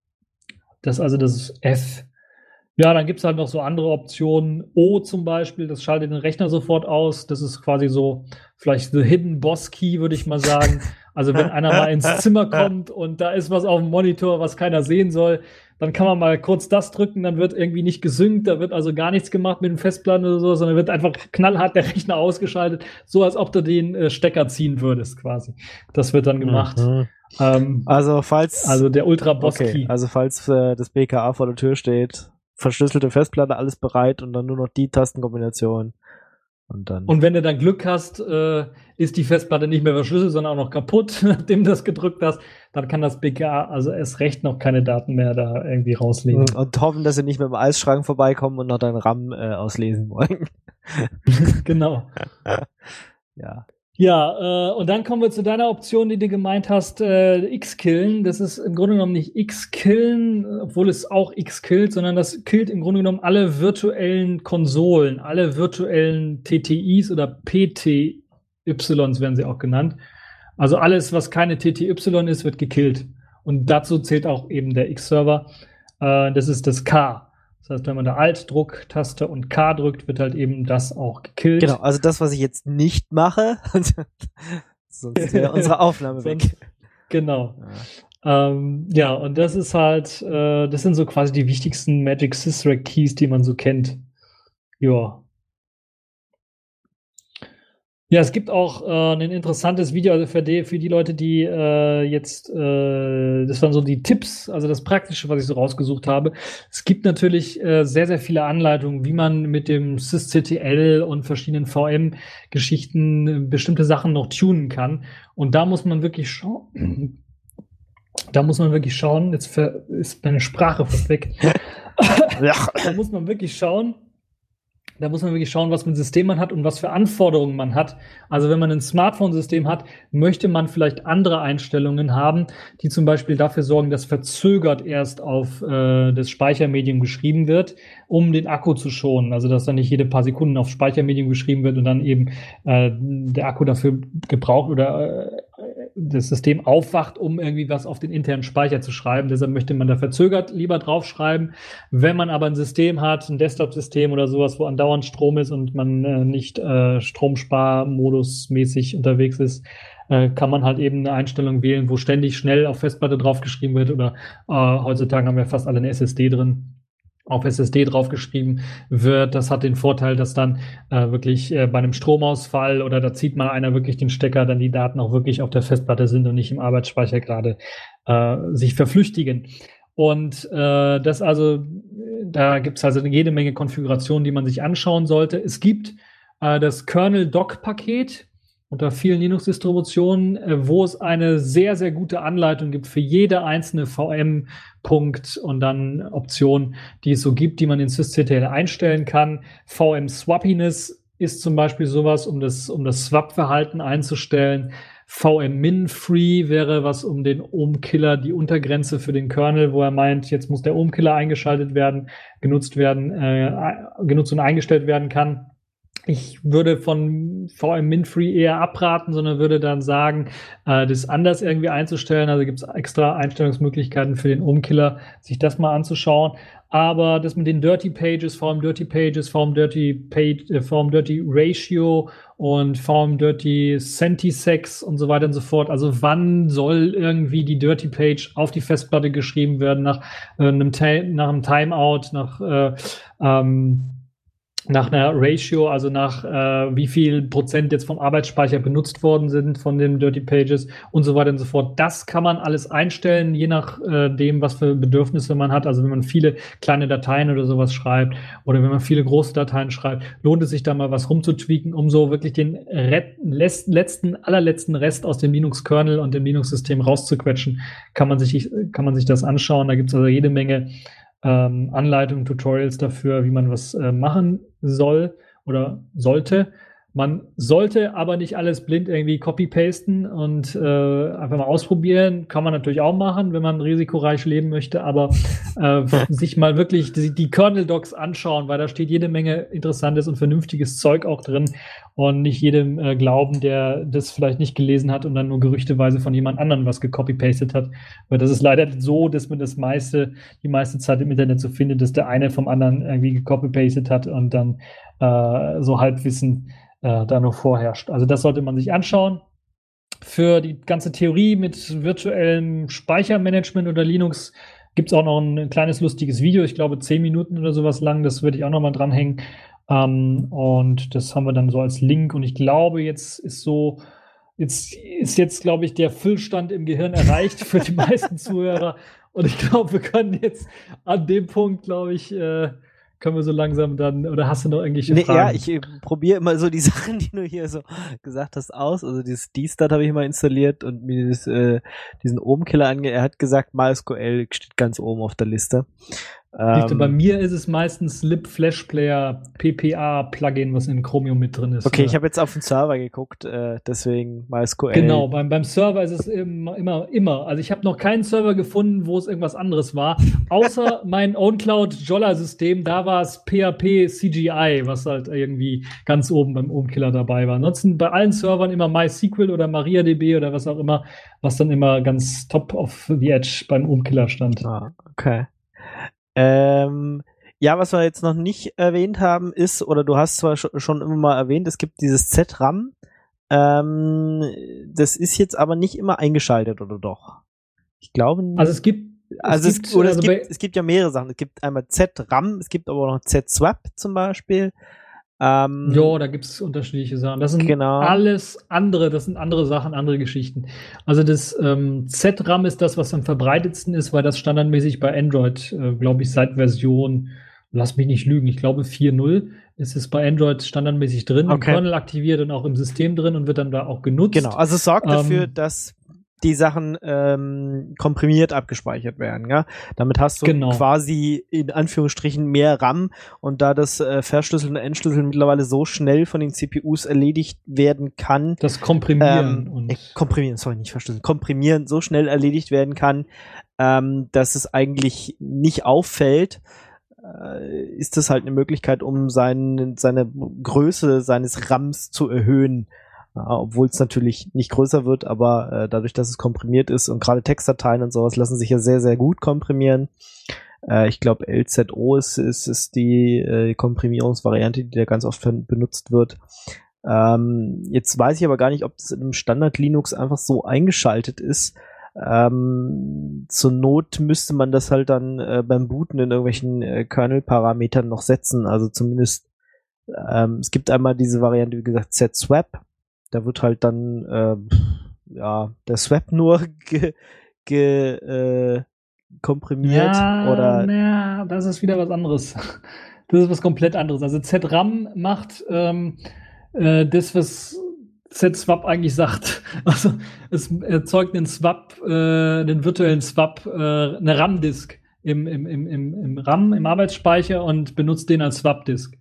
Das also das F. Ja, dann gibt es halt noch so andere Optionen. O zum Beispiel, das schaltet den Rechner sofort aus. Das ist quasi so vielleicht the hidden boss key, würde ich mal sagen. Also wenn einer mal ins Zimmer kommt und da ist was auf dem Monitor, was keiner sehen soll, dann kann man mal kurz das drücken, dann wird irgendwie nicht gesynkt, da wird also gar nichts gemacht mit dem Festplatten oder so, sondern wird einfach knallhart der Rechner ausgeschaltet, so als ob du den äh, Stecker ziehen würdest quasi. Das wird dann gemacht. Mhm. Ähm, Also falls also der ultra boss key. okay, also falls äh, das B K A vor der Tür steht, verschlüsselte Festplatte, alles bereit und dann nur noch die Tastenkombination. Und dann. Und wenn du dann Glück hast, äh, ist die Festplatte nicht mehr verschlüsselt, sondern auch noch kaputt, nachdem du das gedrückt hast, dann kann das B K A also erst recht noch keine Daten mehr da irgendwie rauslegen. und hoffen, dass sie nicht mit dem Eisschrank vorbeikommen und noch deinen RAM äh, auslesen wollen. Genau. Ja. Ja, äh, und dann kommen wir zu deiner Option, die du gemeint hast, äh, X-Killen. Das ist im Grunde genommen nicht X-Killen, obwohl es auch X-killt, sondern das killt im Grunde genommen alle virtuellen Konsolen, alle virtuellen T T Is oder P T Ys werden sie auch genannt. Also alles, was keine T T Y ist, wird gekillt. Und dazu zählt auch eben der X-Server. Äh, das ist das K. Das heißt, wenn man da Alt-Druck-Taste und K drückt, wird halt eben das auch gekillt. Genau, also das, was ich jetzt nicht mache, sonst wäre unsere Aufnahme weg. Sonst- Genau. Ja. Ähm, ja, und das ist halt, äh, das sind so quasi die wichtigsten Magic Sysrack Keys, die man so kennt. Ja. Ja, es gibt auch äh, ein interessantes Video, also für die, für die Leute, die äh, jetzt, äh, das waren so die Tipps, also das Praktische, was ich so rausgesucht habe. Es gibt natürlich äh, sehr, sehr viele Anleitungen, wie man mit dem sysctl und verschiedenen V M-Geschichten äh, bestimmte Sachen noch tunen kann. Und da muss man wirklich schauen. Da muss man wirklich schauen. Jetzt ver- ist meine Sprache fast weg. Ja. Da muss man wirklich schauen, Da muss man wirklich schauen, was für ein System man hat und was für Anforderungen man hat. Also wenn man ein Smartphone-System hat, möchte man vielleicht andere Einstellungen haben, die zum Beispiel dafür sorgen, dass verzögert erst auf äh, das Speichermedium geschrieben wird, um den Akku zu schonen. Also dass dann nicht jede paar Sekunden auf Speichermedium geschrieben wird und dann eben äh, der Akku dafür gebraucht oder äh, das System aufwacht, um irgendwie was auf den internen Speicher zu schreiben. Deshalb möchte man da verzögert lieber draufschreiben. Wenn man aber ein System hat, ein Desktop-System oder sowas, wo andauernd Strom ist und man äh, nicht äh, Stromsparmodus-mäßig unterwegs ist, äh, kann man halt eben eine Einstellung wählen, wo ständig schnell auf Festplatte draufgeschrieben wird oder äh, heutzutage haben wir fast alle eine S S D drin. Auf S S D draufgeschrieben wird. Das hat den Vorteil, dass dann äh, wirklich äh, bei einem Stromausfall oder da zieht mal einer wirklich den Stecker, dann die Daten auch wirklich auf der Festplatte sind und nicht im Arbeitsspeicher gerade äh, sich verflüchtigen. Und äh, das also, da gibt es also jede Menge Konfigurationen, die man sich anschauen sollte. Es gibt äh, das Kernel-Doc-Paket unter vielen Linux-Distributionen, äh, wo es eine sehr, sehr gute Anleitung gibt für jede einzelne V M-Punkt und dann Option, die es so gibt, die man in sysctl einstellen kann. V M-Swappiness ist zum Beispiel sowas, um das, um das Swap-Verhalten einzustellen. V M-Min-Free wäre was, um den Ohm-Killer, die Untergrenze für den Kernel, wo er meint, jetzt muss der Ohm-Killer eingeschaltet werden, genutzt werden, äh, genutzt und eingestellt werden kann. Ich würde von V M-Min-Free eher abraten, sondern würde dann sagen, äh, das anders irgendwie einzustellen. Also gibt es extra Einstellungsmöglichkeiten für den Ohm-Killer, sich das mal anzuschauen. Aber das mit den Dirty Pages, V M-Dirty Pages, V M-Dirty Page, äh, V M-Dirty Ratio und V M-Dirty Centisex und so weiter und so fort. Also wann soll irgendwie die Dirty Page auf die Festplatte geschrieben werden nach äh, einem, Ta- nach einem Timeout, nach äh, ähm, nach einer Ratio, also nach äh, wie viel Prozent jetzt vom Arbeitsspeicher benutzt worden sind von den Dirty Pages und so weiter und so fort. Das kann man alles einstellen, je nach äh, dem, was für Bedürfnisse man hat. Also wenn man viele kleine Dateien oder sowas schreibt oder wenn man viele große Dateien schreibt, lohnt es sich da mal was rumzutweaken, um so wirklich den Ret- letzten, allerletzten Rest aus dem Linux-Kernel und dem Linux-System rauszuquetschen, kann man sich, kann man sich das anschauen. Da gibt es also jede Menge Ähm, Anleitungen, Tutorials dafür, wie man was äh, machen soll oder sollte. Man sollte aber nicht alles blind irgendwie copy-pasten und äh, einfach mal ausprobieren. Kann man natürlich auch machen, wenn man risikoreich leben möchte, aber äh, sich mal wirklich die, die Kernel-Docs anschauen, weil da steht jede Menge interessantes und vernünftiges Zeug auch drin und nicht jedem äh, glauben, der das vielleicht nicht gelesen hat und dann nur gerüchteweise von jemand anderem was gecopy-pastet hat. Weil das ist leider so, dass man das meiste, die meiste Zeit im Internet so findet, dass der eine vom anderen irgendwie gecopy-pastet hat und dann äh, so Halbwissen Äh, da noch vorherrscht. Also das sollte man sich anschauen. Für die ganze Theorie mit virtuellem Speichermanagement oder Linux gibt es auch noch ein, ein kleines lustiges Video, ich glaube zehn Minuten oder sowas lang, das würde ich auch noch mal dranhängen. Ähm, und das haben wir dann so als Link und ich glaube, jetzt ist so, jetzt ist jetzt, glaube ich, der Füllstand im Gehirn erreicht für die meisten Zuhörer und ich glaube, wir können jetzt an dem Punkt, glaube ich, äh, können wir so langsam dann, oder hast du noch irgendwelche nee, Fragen? Ja, ich äh, probiere immer so die Sachen, die du hier so gesagt hast, aus. Also dieses D-Stat habe ich mal installiert und mir dieses, äh, diesen Ohm-Killer ange... Er hat gesagt, MySQL steht ganz oben auf der Liste. Ähm, bei mir ist es meistens libflashplayer P P A-Plugin, was in Chromium mit drin ist. Okay, ich habe jetzt auf den Server geguckt, äh, deswegen MySQL. Genau, beim, beim Server ist es immer, immer, immer. Also ich habe noch keinen Server gefunden, wo es irgendwas anderes war, außer mein OwnCloud-Jolla-System, da war es P H P C G I, was halt irgendwie ganz oben beim Ohm-Killer dabei war. Ansonsten bei allen Servern immer MySQL oder MariaDB oder was auch immer, was dann immer ganz top of the edge beim Ohm-Killer stand. Ah, okay. Ähm, ja, was wir jetzt noch nicht erwähnt haben, ist, oder du hast zwar schon immer mal erwähnt, es gibt dieses Z RAM. Ähm, das ist jetzt aber nicht immer eingeschaltet, oder doch? Ich glaube nicht. Also es gibt Also es, es gibt, oder also es, gibt, es gibt ja mehrere Sachen. Es gibt einmal Z RAM, es gibt aber auch noch Z Swap zum Beispiel. Ähm, ja, da gibt es unterschiedliche Sachen. Das sind genau. alles andere, das sind andere Sachen, andere Geschichten. Also das ähm, Z RAM ist das, was am verbreitetsten ist, weil das standardmäßig bei Android, äh, glaube ich, seit Version, lass mich nicht lügen, ich glaube vier Punkt null ist es bei Android standardmäßig drin, okay. im Kernel aktiviert und auch im System drin und wird dann da auch genutzt. Genau, also es sorgt ähm, dafür, dass die Sachen ähm, komprimiert abgespeichert werden. Ja? Damit hast du Genau. quasi in Anführungsstrichen mehr RAM und da das äh, Verschlüsseln und Entschlüsseln mittlerweile so schnell von den C P Us erledigt werden kann, Das Komprimieren ähm, und äh, komprimieren, sorry, nicht verschlüsseln, komprimieren so schnell erledigt werden kann, ähm, dass es eigentlich nicht auffällt, äh, ist das halt eine Möglichkeit, um sein, seine Größe seines RAMs zu erhöhen. Ja, obwohl es natürlich nicht größer wird, aber äh, dadurch, dass es komprimiert ist und gerade Textdateien und sowas lassen sich ja sehr, sehr gut komprimieren. Äh, ich glaube, L Z O ist, ist, ist die äh, Komprimierungsvariante, die da ganz oft benutzt wird. Ähm, jetzt weiß ich aber gar nicht, ob das in einem Standard-Linux einfach so eingeschaltet ist. Ähm, zur Not müsste man das halt dann äh, beim Booten in irgendwelchen äh, Kernel-Parametern noch setzen. Also zumindest ähm, es gibt einmal diese Variante, wie gesagt, Z-Swap. Da wird halt dann äh, ja der Swap nur ge, ge, äh, komprimiert ja, oder ja, das ist wieder was anderes. Das ist was komplett anderes. Also Z RAM macht ähm, äh, das, was Z-Swap eigentlich sagt. Also es erzeugt einen Swap, äh, einen virtuellen Swap, äh, eine RAM-Disk im, im, im, im, im RAM, im Arbeitsspeicher und benutzt den als Swap-Disk.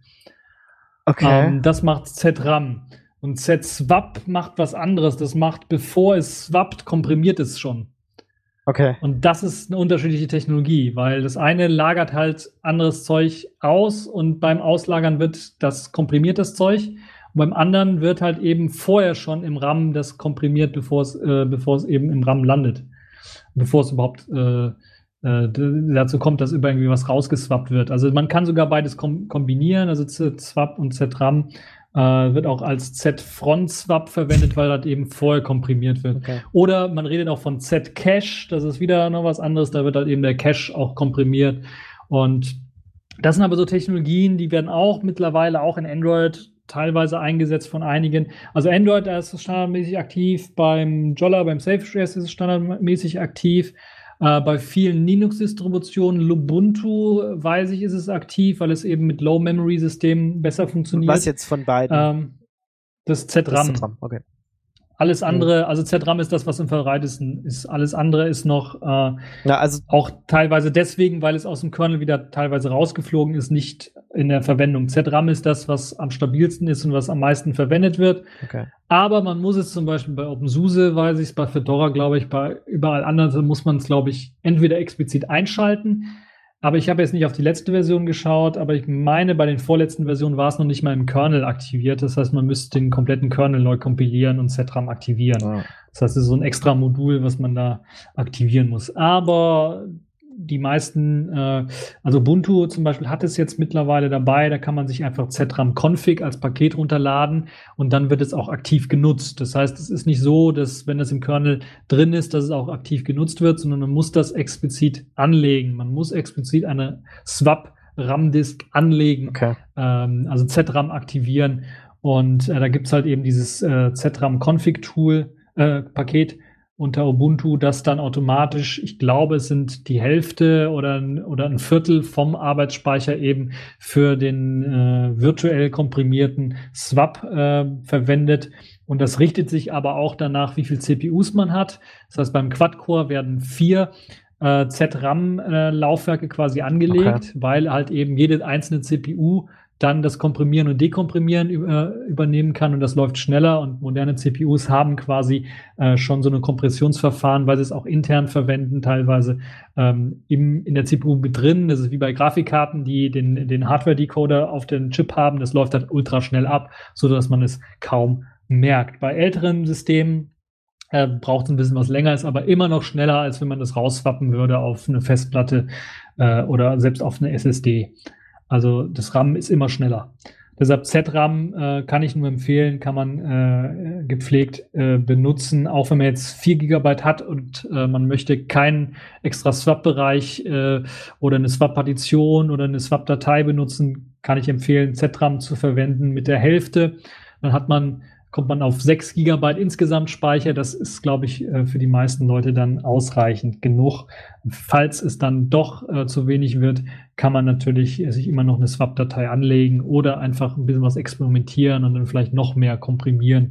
okay. Ähm, das macht Z RAM. Und Z-Swap macht was anderes. Das macht, bevor es swappt, komprimiert es schon. Okay. Und das ist eine unterschiedliche Technologie, weil das eine lagert halt anderes Zeug aus und beim Auslagern wird das komprimiert, das Zeug. Und beim anderen wird halt eben vorher schon im RAM das komprimiert, bevor es, äh, bevor es eben im RAM landet. Bevor es überhaupt äh, äh, dazu kommt, dass über irgendwie was rausgeswappt wird. Also man kann sogar beides kom- kombinieren, also Z-Swap und Z RAM. Äh, wird auch als Z-Front-Swap verwendet, weil das eben vorher komprimiert wird. Okay. Oder man redet auch von Z-Cache, das ist wieder noch was anderes, da wird halt eben der Cache auch komprimiert. Und das sind aber so Technologien, die werden auch mittlerweile auch in Android teilweise eingesetzt von einigen. Also Android, da ist es standardmäßig aktiv, beim Jolla, beim SafeShares ist es standardmäßig aktiv. Äh, bei vielen Linux-Distributionen, Lubuntu, weiß ich, ist es aktiv, weil es eben mit Low-Memory-Systemen besser funktioniert. Was jetzt von beiden? Ähm, das Z RAM. Das Z RAM, okay. Alles andere, also Z RAM ist das, was am verbreitesten ist. Alles andere ist noch äh, Na, also auch teilweise deswegen, weil es aus dem Kernel wieder teilweise rausgeflogen ist, nicht in der Verwendung. Z RAM ist das, was am stabilsten ist und was am meisten verwendet wird. okay. Aber man muss es zum Beispiel bei OpenSUSE, weiß ich es, bei Fedora, glaube ich, bei überall anderen muss man es, glaube ich, entweder explizit einschalten. Aber ich habe jetzt nicht auf die letzte Version geschaut, aber ich meine, bei den vorletzten Versionen war es noch nicht mal im Kernel aktiviert. Das heißt, man müsste den kompletten Kernel neu kompilieren und Z RAM aktivieren. Ah. Das heißt, es ist so ein extra Modul, was man da aktivieren muss. Aber die meisten, äh, also Ubuntu zum Beispiel hat es jetzt mittlerweile dabei, da kann man sich einfach Z RAM-Config als Paket runterladen und dann wird es auch aktiv genutzt. Das heißt, es ist nicht so, dass wenn das im Kernel drin ist, dass es auch aktiv genutzt wird, sondern man muss das explizit anlegen. Man muss explizit eine Swap-RAM-Disk anlegen, Okay. ähm, also Z RAM aktivieren und äh, da gibt's halt eben dieses äh, Z RAM-Config-Tool, äh, Paket unter Ubuntu, das dann automatisch, ich glaube, es sind die Hälfte oder, oder ein Viertel vom Arbeitsspeicher eben für den äh, virtuell komprimierten Swap äh, verwendet. Und das richtet sich aber auch danach, wie viel C P Us man hat. Das heißt, beim Quad-Core werden vier äh, Z RAM-Laufwerke quasi angelegt, Okay. weil halt eben jede einzelne C P U dann das Komprimieren und Dekomprimieren über, übernehmen kann und das läuft schneller und moderne C P Us haben quasi äh, schon so ein Kompressionsverfahren, weil sie es auch intern verwenden, teilweise ähm, im, in der C P U mit drin. Das ist wie bei Grafikkarten, die den, den Hardware-Decoder auf den Chip haben. Das läuft halt ultra schnell ab, so dass man es kaum merkt. Bei älteren Systemen äh, braucht es ein bisschen was länger, ist aber immer noch schneller, als wenn man das rausswappen würde auf eine Festplatte äh, oder selbst auf eine S S D. Also das RAM ist immer schneller. Deshalb Z RAM äh, kann ich nur empfehlen, kann man äh, gepflegt äh, benutzen, auch wenn man jetzt vier Gigabyte hat und äh, man möchte keinen extra Swap-Bereich äh, oder eine Swap-Partition oder eine Swap-Datei benutzen, kann ich empfehlen, Z RAM zu verwenden mit der Hälfte. Dann hat man kommt man auf sechs Gigabyte insgesamt Speicher. Das ist, glaube ich, für die meisten Leute dann ausreichend genug. Falls es dann doch äh, zu wenig wird, kann man natürlich sich immer noch eine Swap-Datei anlegen oder einfach ein bisschen was experimentieren und dann vielleicht noch mehr komprimieren.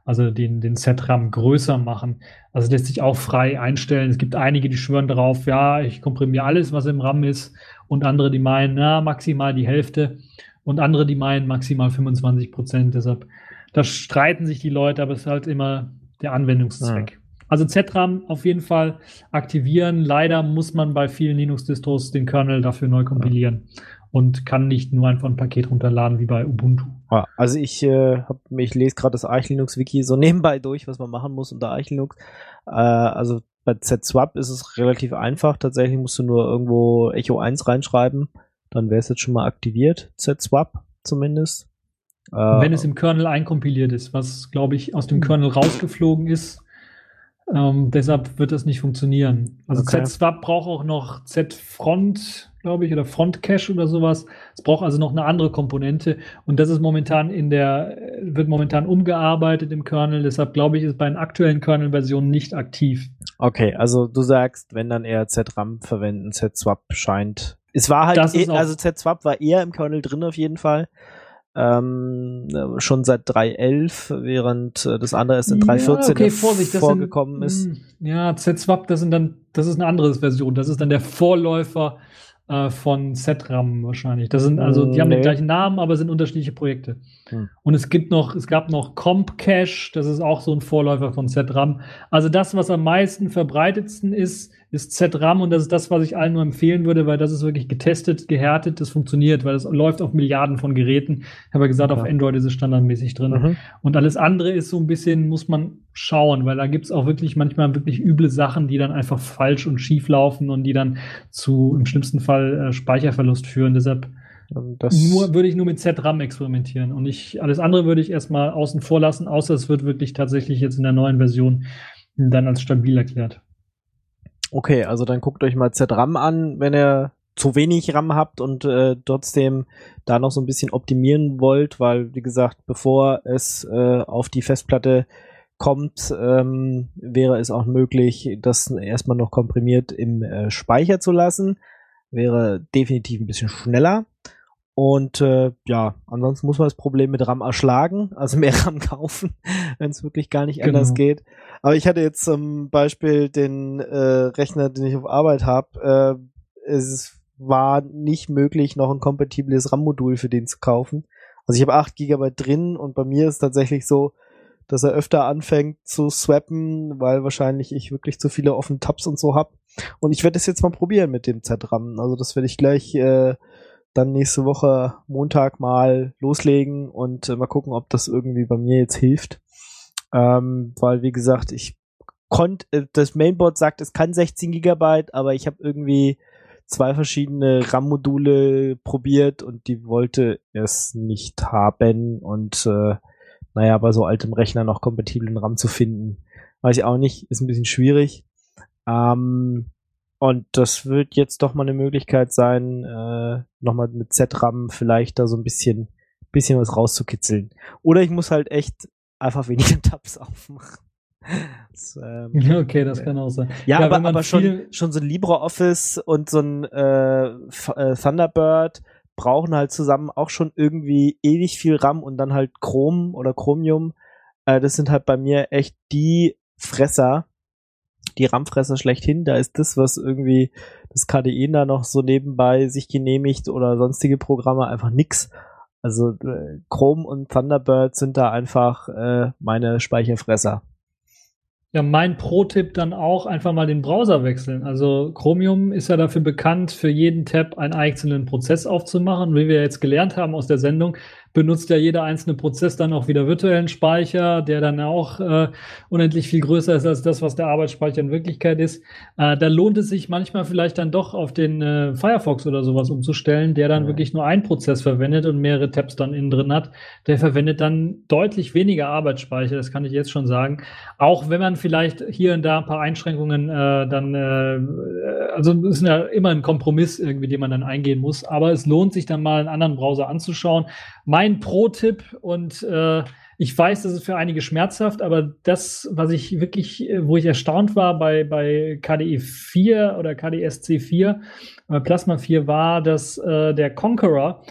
also den, den Z-RAM größer machen. Also lässt sich auch frei einstellen. Es gibt einige, die schwören darauf, ja, ich komprimiere alles, was im RAM ist, und andere, die meinen, na, maximal die Hälfte, und andere, die meinen maximal fünfundzwanzig Prozent. Deshalb, da streiten sich die Leute, aber es ist halt immer der Anwendungszweck. Ja. Also Z-RAM auf jeden Fall aktivieren. Leider muss man bei vielen Linux-Distros den Kernel dafür neu kompilieren und kann nicht nur einfach ein Paket runterladen wie bei Ubuntu. Ja, also ich, äh, hab, ich lese gerade das Arch Linux Wiki so nebenbei durch, was man machen muss unter Arch Linux. Äh, also bei Z-Swap ist es relativ einfach. Tatsächlich musst du nur irgendwo Echo eins reinschreiben. Dann wäre es jetzt schon mal aktiviert. Z-Swap zumindest. Äh, Wenn es im Kernel einkompiliert ist, was, glaube ich, aus dem Kernel rausgeflogen ist. Ähm, deshalb wird das nicht funktionieren. Also Okay. Z-Swap braucht auch noch Z-Front, glaube ich, oder Front-Cache oder sowas. Es braucht also noch eine andere Komponente, und das ist momentan in der, wird momentan umgearbeitet im Kernel. Deshalb glaube ich, ist bei den aktuellen Kernel-Versionen nicht aktiv. Okay, also du sagst, wenn dann eher Z-RAM verwenden, Z-Swap scheint. Es war halt, Das ist eh, auch- also Z-Swap war eher im Kernel drin auf jeden Fall. Ähm, schon seit drei Punkt elf, während äh, das andere erst in drei Punkt vierzehn okay, Vorsicht, das vorgekommen sind, ist. mh, Ja, Z-Swap, das sind dann, das ist eine andere Version. Das ist dann der Vorläufer äh, von Z-RAM wahrscheinlich. Das sind also, die haben Nee. den gleichen Namen, aber sind unterschiedliche Projekte. Hm. Und es gibt noch, es gab noch Comp-Cache, das ist auch so ein Vorläufer von Z-RAM. Also das, was am meisten verbreitetsten ist, ist Z-RAM, und das ist das, was ich allen nur empfehlen würde, weil das ist wirklich getestet, gehärtet, das funktioniert, weil das läuft auf Milliarden von Geräten. Ich habe ja gesagt, Okay. auf Android ist es standardmäßig drin. Mhm. Und alles andere ist so ein bisschen, muss man schauen, weil da gibt es auch wirklich manchmal wirklich üble Sachen, die dann einfach falsch und schief laufen und die dann zu im schlimmsten Fall äh, Speicherverlust führen. Deshalb Und das, nur, würde ich nur mit Z-RAM experimentieren, und ich, alles andere würde ich erstmal außen vor lassen, außer es wird wirklich tatsächlich jetzt in der neuen Version dann als stabil erklärt. okay, also dann guckt euch mal Z-RAM an, wenn ihr zu wenig RAM habt und äh, trotzdem da noch so ein bisschen optimieren wollt, weil, wie gesagt, bevor es äh, auf die Festplatte kommt, ähm, wäre es auch möglich, das erstmal noch komprimiert im äh, Speicher zu lassen. Wäre definitiv ein bisschen schneller. Und äh, ja, ansonsten muss man das Problem mit RAM erschlagen, also mehr RAM kaufen, wenn es wirklich gar nicht Genau. anders geht. Aber ich hatte jetzt zum Beispiel den äh, Rechner, den ich auf Arbeit habe, äh, es war nicht möglich, noch ein kompatibles RAM-Modul für den zu kaufen. Also ich habe acht Gigabyte drin, und bei mir ist tatsächlich so, dass er öfter anfängt zu swappen, weil wahrscheinlich ich wirklich zu viele offene Tabs und so habe. Und ich werde das jetzt mal probieren mit dem Z-RAM. Also das werde ich gleich äh, dann nächste Woche Montag mal loslegen und äh, mal gucken, ob das irgendwie bei mir jetzt hilft. Ähm, weil, wie gesagt, ich konnte, äh, das Mainboard sagt, es kann sechzehn Gigabyte, aber ich habe irgendwie zwei verschiedene RAM-Module probiert und die wollte es nicht haben. Und äh, naja, bei so altem Rechner noch kompatiblen RAM zu finden, weiß ich auch nicht, ist ein bisschen schwierig. Ähm, und das wird jetzt doch mal eine Möglichkeit sein, äh, nochmal mit Z-RAM vielleicht da so ein bisschen, bisschen was rauszukitzeln. Oder ich muss halt echt einfach weniger Tabs aufmachen. Das, ähm, Okay, das kann auch sein. ja, Ja, aber, wenn man aber schon, viel- schon so ein LibreOffice und so ein äh, F- äh, Thunderbird brauchen halt zusammen auch schon irgendwie ewig viel RAM, und dann halt Chrome oder Chromium. Äh, das sind halt bei mir echt die Fresser, die RAM-Fresser schlechthin. Da ist das, was irgendwie das K D E da noch so nebenbei sich genehmigt oder sonstige Programme, einfach nix. Also äh, Chrome und Thunderbird sind da einfach äh, meine Speicherfresser. Ja, mein Pro-Tipp dann auch einfach mal den Browser wechseln. Also Chromium ist ja dafür bekannt, für jeden Tab einen einzelnen Prozess aufzumachen. Wie wir jetzt gelernt haben aus der Sendung, benutzt ja jeder einzelne Prozess dann auch wieder virtuellen Speicher, der dann auch äh, unendlich viel größer ist als das, was der Arbeitsspeicher in Wirklichkeit ist. Äh, da lohnt es sich manchmal vielleicht dann doch auf den äh, Firefox oder sowas umzustellen, der dann Ja. wirklich nur einen Prozess verwendet und mehrere Tabs dann innen drin hat. Der verwendet dann deutlich weniger Arbeitsspeicher, das kann ich jetzt schon sagen. Auch wenn man vielleicht hier und da ein paar Einschränkungen äh, dann, äh, also es ist ja immer ein Kompromiss irgendwie, den man dann eingehen muss, aber es lohnt sich dann mal einen anderen Browser anzuschauen. Mein Pro-Tipp, und äh, ich weiß, das ist für einige schmerzhaft, aber das, was ich wirklich, äh, wo ich erstaunt war bei, bei K D E vier oder K D S C vier, äh, Plasma vier, war, dass äh, der Conqueror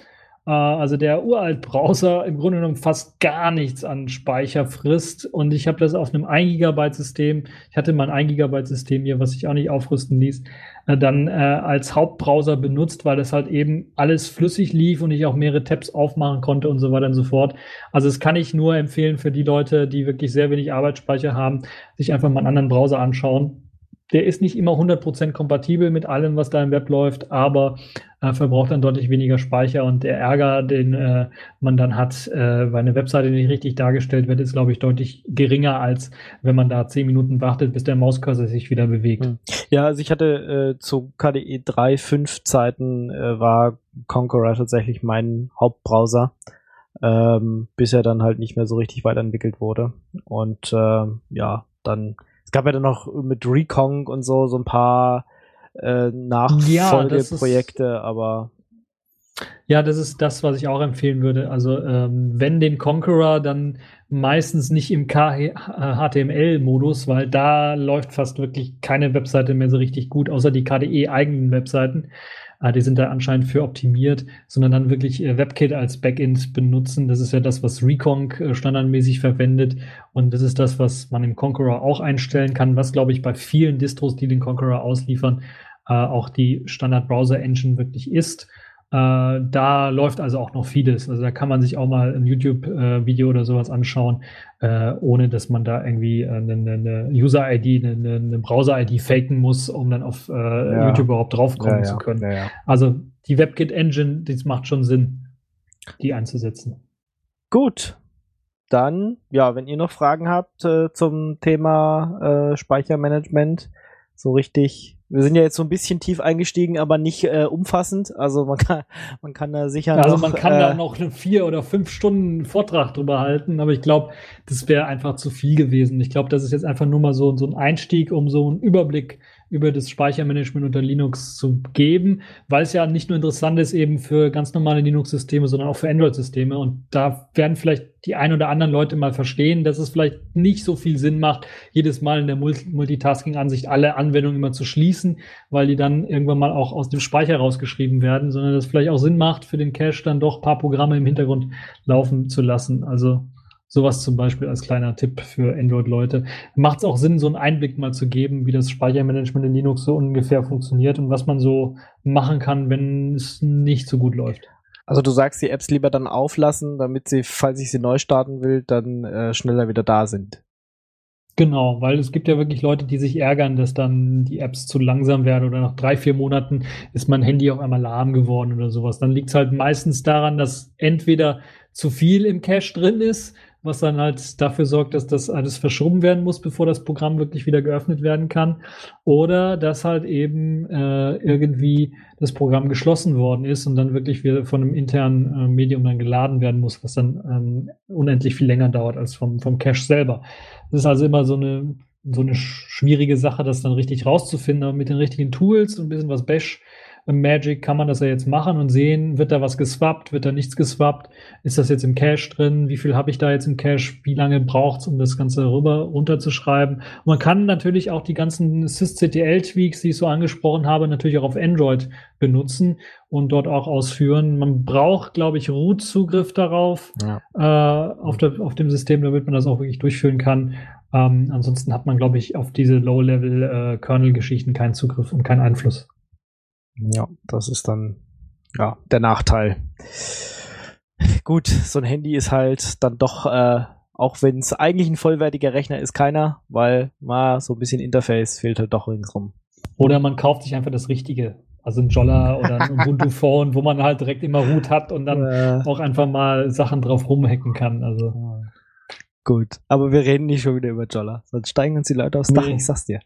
Äh, also der Uralt-Browser im Grunde genommen fast gar nichts an Speicher frisst. Und ich habe das auf einem ein Gigabyte System, ich hatte mal ein ein Gigabyte System hier, was sich auch nicht aufrüsten ließ, äh, dann äh, als Hauptbrowser benutzt, weil das halt eben alles flüssig lief und ich auch mehrere Tabs aufmachen konnte und so weiter und so fort. Also das kann ich nur empfehlen für die Leute, die wirklich sehr wenig Arbeitsspeicher haben, sich einfach mal einen anderen Browser anschauen. Der ist nicht immer hundert Prozent kompatibel mit allem, was da im Web läuft, aber äh, verbraucht dann deutlich weniger Speicher und der Ärger, den äh, man dann hat, äh, weil eine Webseite nicht richtig dargestellt wird, ist, glaube ich, deutlich geringer, als wenn man da zehn Minuten wartet, bis der Mauscursor sich wieder bewegt. Ja, also ich hatte äh, zu K D E drei, fünf Zeiten äh, war Conqueror tatsächlich mein Hauptbrowser, ähm, bis er dann halt nicht mehr so richtig weiterentwickelt wurde. Und äh, ja, dann es gab ja dann noch mit Recon und so so ein paar äh, Nachfolgeprojekte, ja, aber ja, das ist das, was ich auch empfehlen würde. Also ähm, wenn den Conqueror, dann meistens nicht im H T M L-Modus, weil da läuft fast wirklich keine Webseite mehr so richtig gut, außer die K D E-eigenen Webseiten. Äh, die sind da anscheinend für optimiert, sondern dann wirklich äh, WebKit als Backend benutzen. Das ist ja das, was Recon äh, standardmäßig verwendet. Und das ist das, was man im Conqueror auch einstellen kann, was, glaube ich, bei vielen Distros, die den Conqueror ausliefern, äh, auch die Standard-Browser-Engine wirklich ist. Äh, da läuft also auch noch vieles. Also da kann man sich auch mal ein YouTube-Video äh, oder sowas anschauen, äh, ohne dass man da irgendwie eine, eine User-I D, eine, eine Browser-I D faken muss, um dann auf äh, ja. YouTube überhaupt draufkommen ja, ja. zu können. Ja, ja. Also die WebKit-Engine, das macht schon Sinn, die einzusetzen. Gut. Dann, ja, wenn ihr noch Fragen habt äh, zum Thema äh, Speichermanagement, so richtig. Wir sind ja jetzt so ein bisschen tief eingestiegen, aber nicht äh, umfassend. Also man kann, man kann da sicher also noch... Also man kann äh, da noch eine vier oder fünf Stunden Vortrag drüber halten, aber ich glaube, das wäre einfach zu viel gewesen. Ich glaube, das ist jetzt einfach nur mal so, so ein Einstieg, um so einen Überblick über das Speichermanagement unter Linux zu geben, weil es ja nicht nur interessant ist eben für ganz normale Linux-Systeme, sondern auch für Android-Systeme. Und da werden vielleicht die ein oder anderen Leute mal verstehen, dass es vielleicht nicht so viel Sinn macht, jedes Mal in der Multitasking-Ansicht alle Anwendungen immer zu schließen, weil die dann irgendwann mal auch aus dem Speicher rausgeschrieben werden, sondern dass es vielleicht auch Sinn macht, für den Cache dann doch ein paar Programme im Hintergrund laufen zu lassen. Also sowas zum Beispiel als kleiner Tipp für Android-Leute. Macht es auch Sinn, so einen Einblick mal zu geben, wie das Speichermanagement in Linux so ungefähr funktioniert und was man so machen kann, wenn es nicht so gut läuft. Also du sagst, die Apps lieber dann auflassen, damit sie, falls ich sie neu starten will, dann äh, schneller wieder da sind. Genau, weil es gibt ja wirklich Leute, die sich ärgern, dass dann die Apps zu langsam werden oder nach drei, vier Monaten ist mein Handy auf einmal lahm geworden oder sowas. Dann liegt es halt meistens daran, dass entweder zu viel im Cache drin ist, was dann halt dafür sorgt, dass das alles verschoben werden muss, bevor das Programm wirklich wieder geöffnet werden kann. Oder dass halt eben äh, irgendwie das Programm geschlossen worden ist und dann wirklich wieder von einem internen äh, Medium dann geladen werden muss, was dann ähm, unendlich viel länger dauert als vom, vom Cache selber. Das ist also immer so eine, so eine schwierige Sache, das dann richtig rauszufinden. Aber mit den richtigen Tools und ein bisschen was Bash Magic kann man das ja jetzt machen und sehen, wird da was geswappt, wird da nichts geswappt, ist das jetzt im Cache drin, wie viel habe ich da jetzt im Cache, wie lange braucht es, um das Ganze rüber runterzuschreiben. Und man kann natürlich auch die ganzen sysctl-Tweaks, die ich so angesprochen habe, natürlich auch auf Android benutzen und dort auch ausführen. Man braucht, glaube ich, Root-Zugriff darauf ja. äh, auf, der, auf dem System, damit man das auch wirklich durchführen kann. Ähm, ansonsten hat man, glaube ich, auf diese Low-Level-Kernel-Geschichten äh, keinen Zugriff und keinen Einfluss. Ja, das ist dann ja der Nachteil. Gut, so ein Handy ist halt dann doch, äh, auch wenn es eigentlich ein vollwertiger Rechner ist, keiner, weil mal so ein bisschen Interface fehlt halt doch ringsrum. Oder man kauft sich einfach das Richtige, also ein Jolla oder ein Ubuntu Phone, wo man halt direkt immer Root hat und dann äh, auch einfach mal Sachen drauf rumhacken kann. Also gut, aber wir reden nicht schon wieder über Jolla, sonst steigen uns die Leute aufs Dach, nee. Ich sag's dir.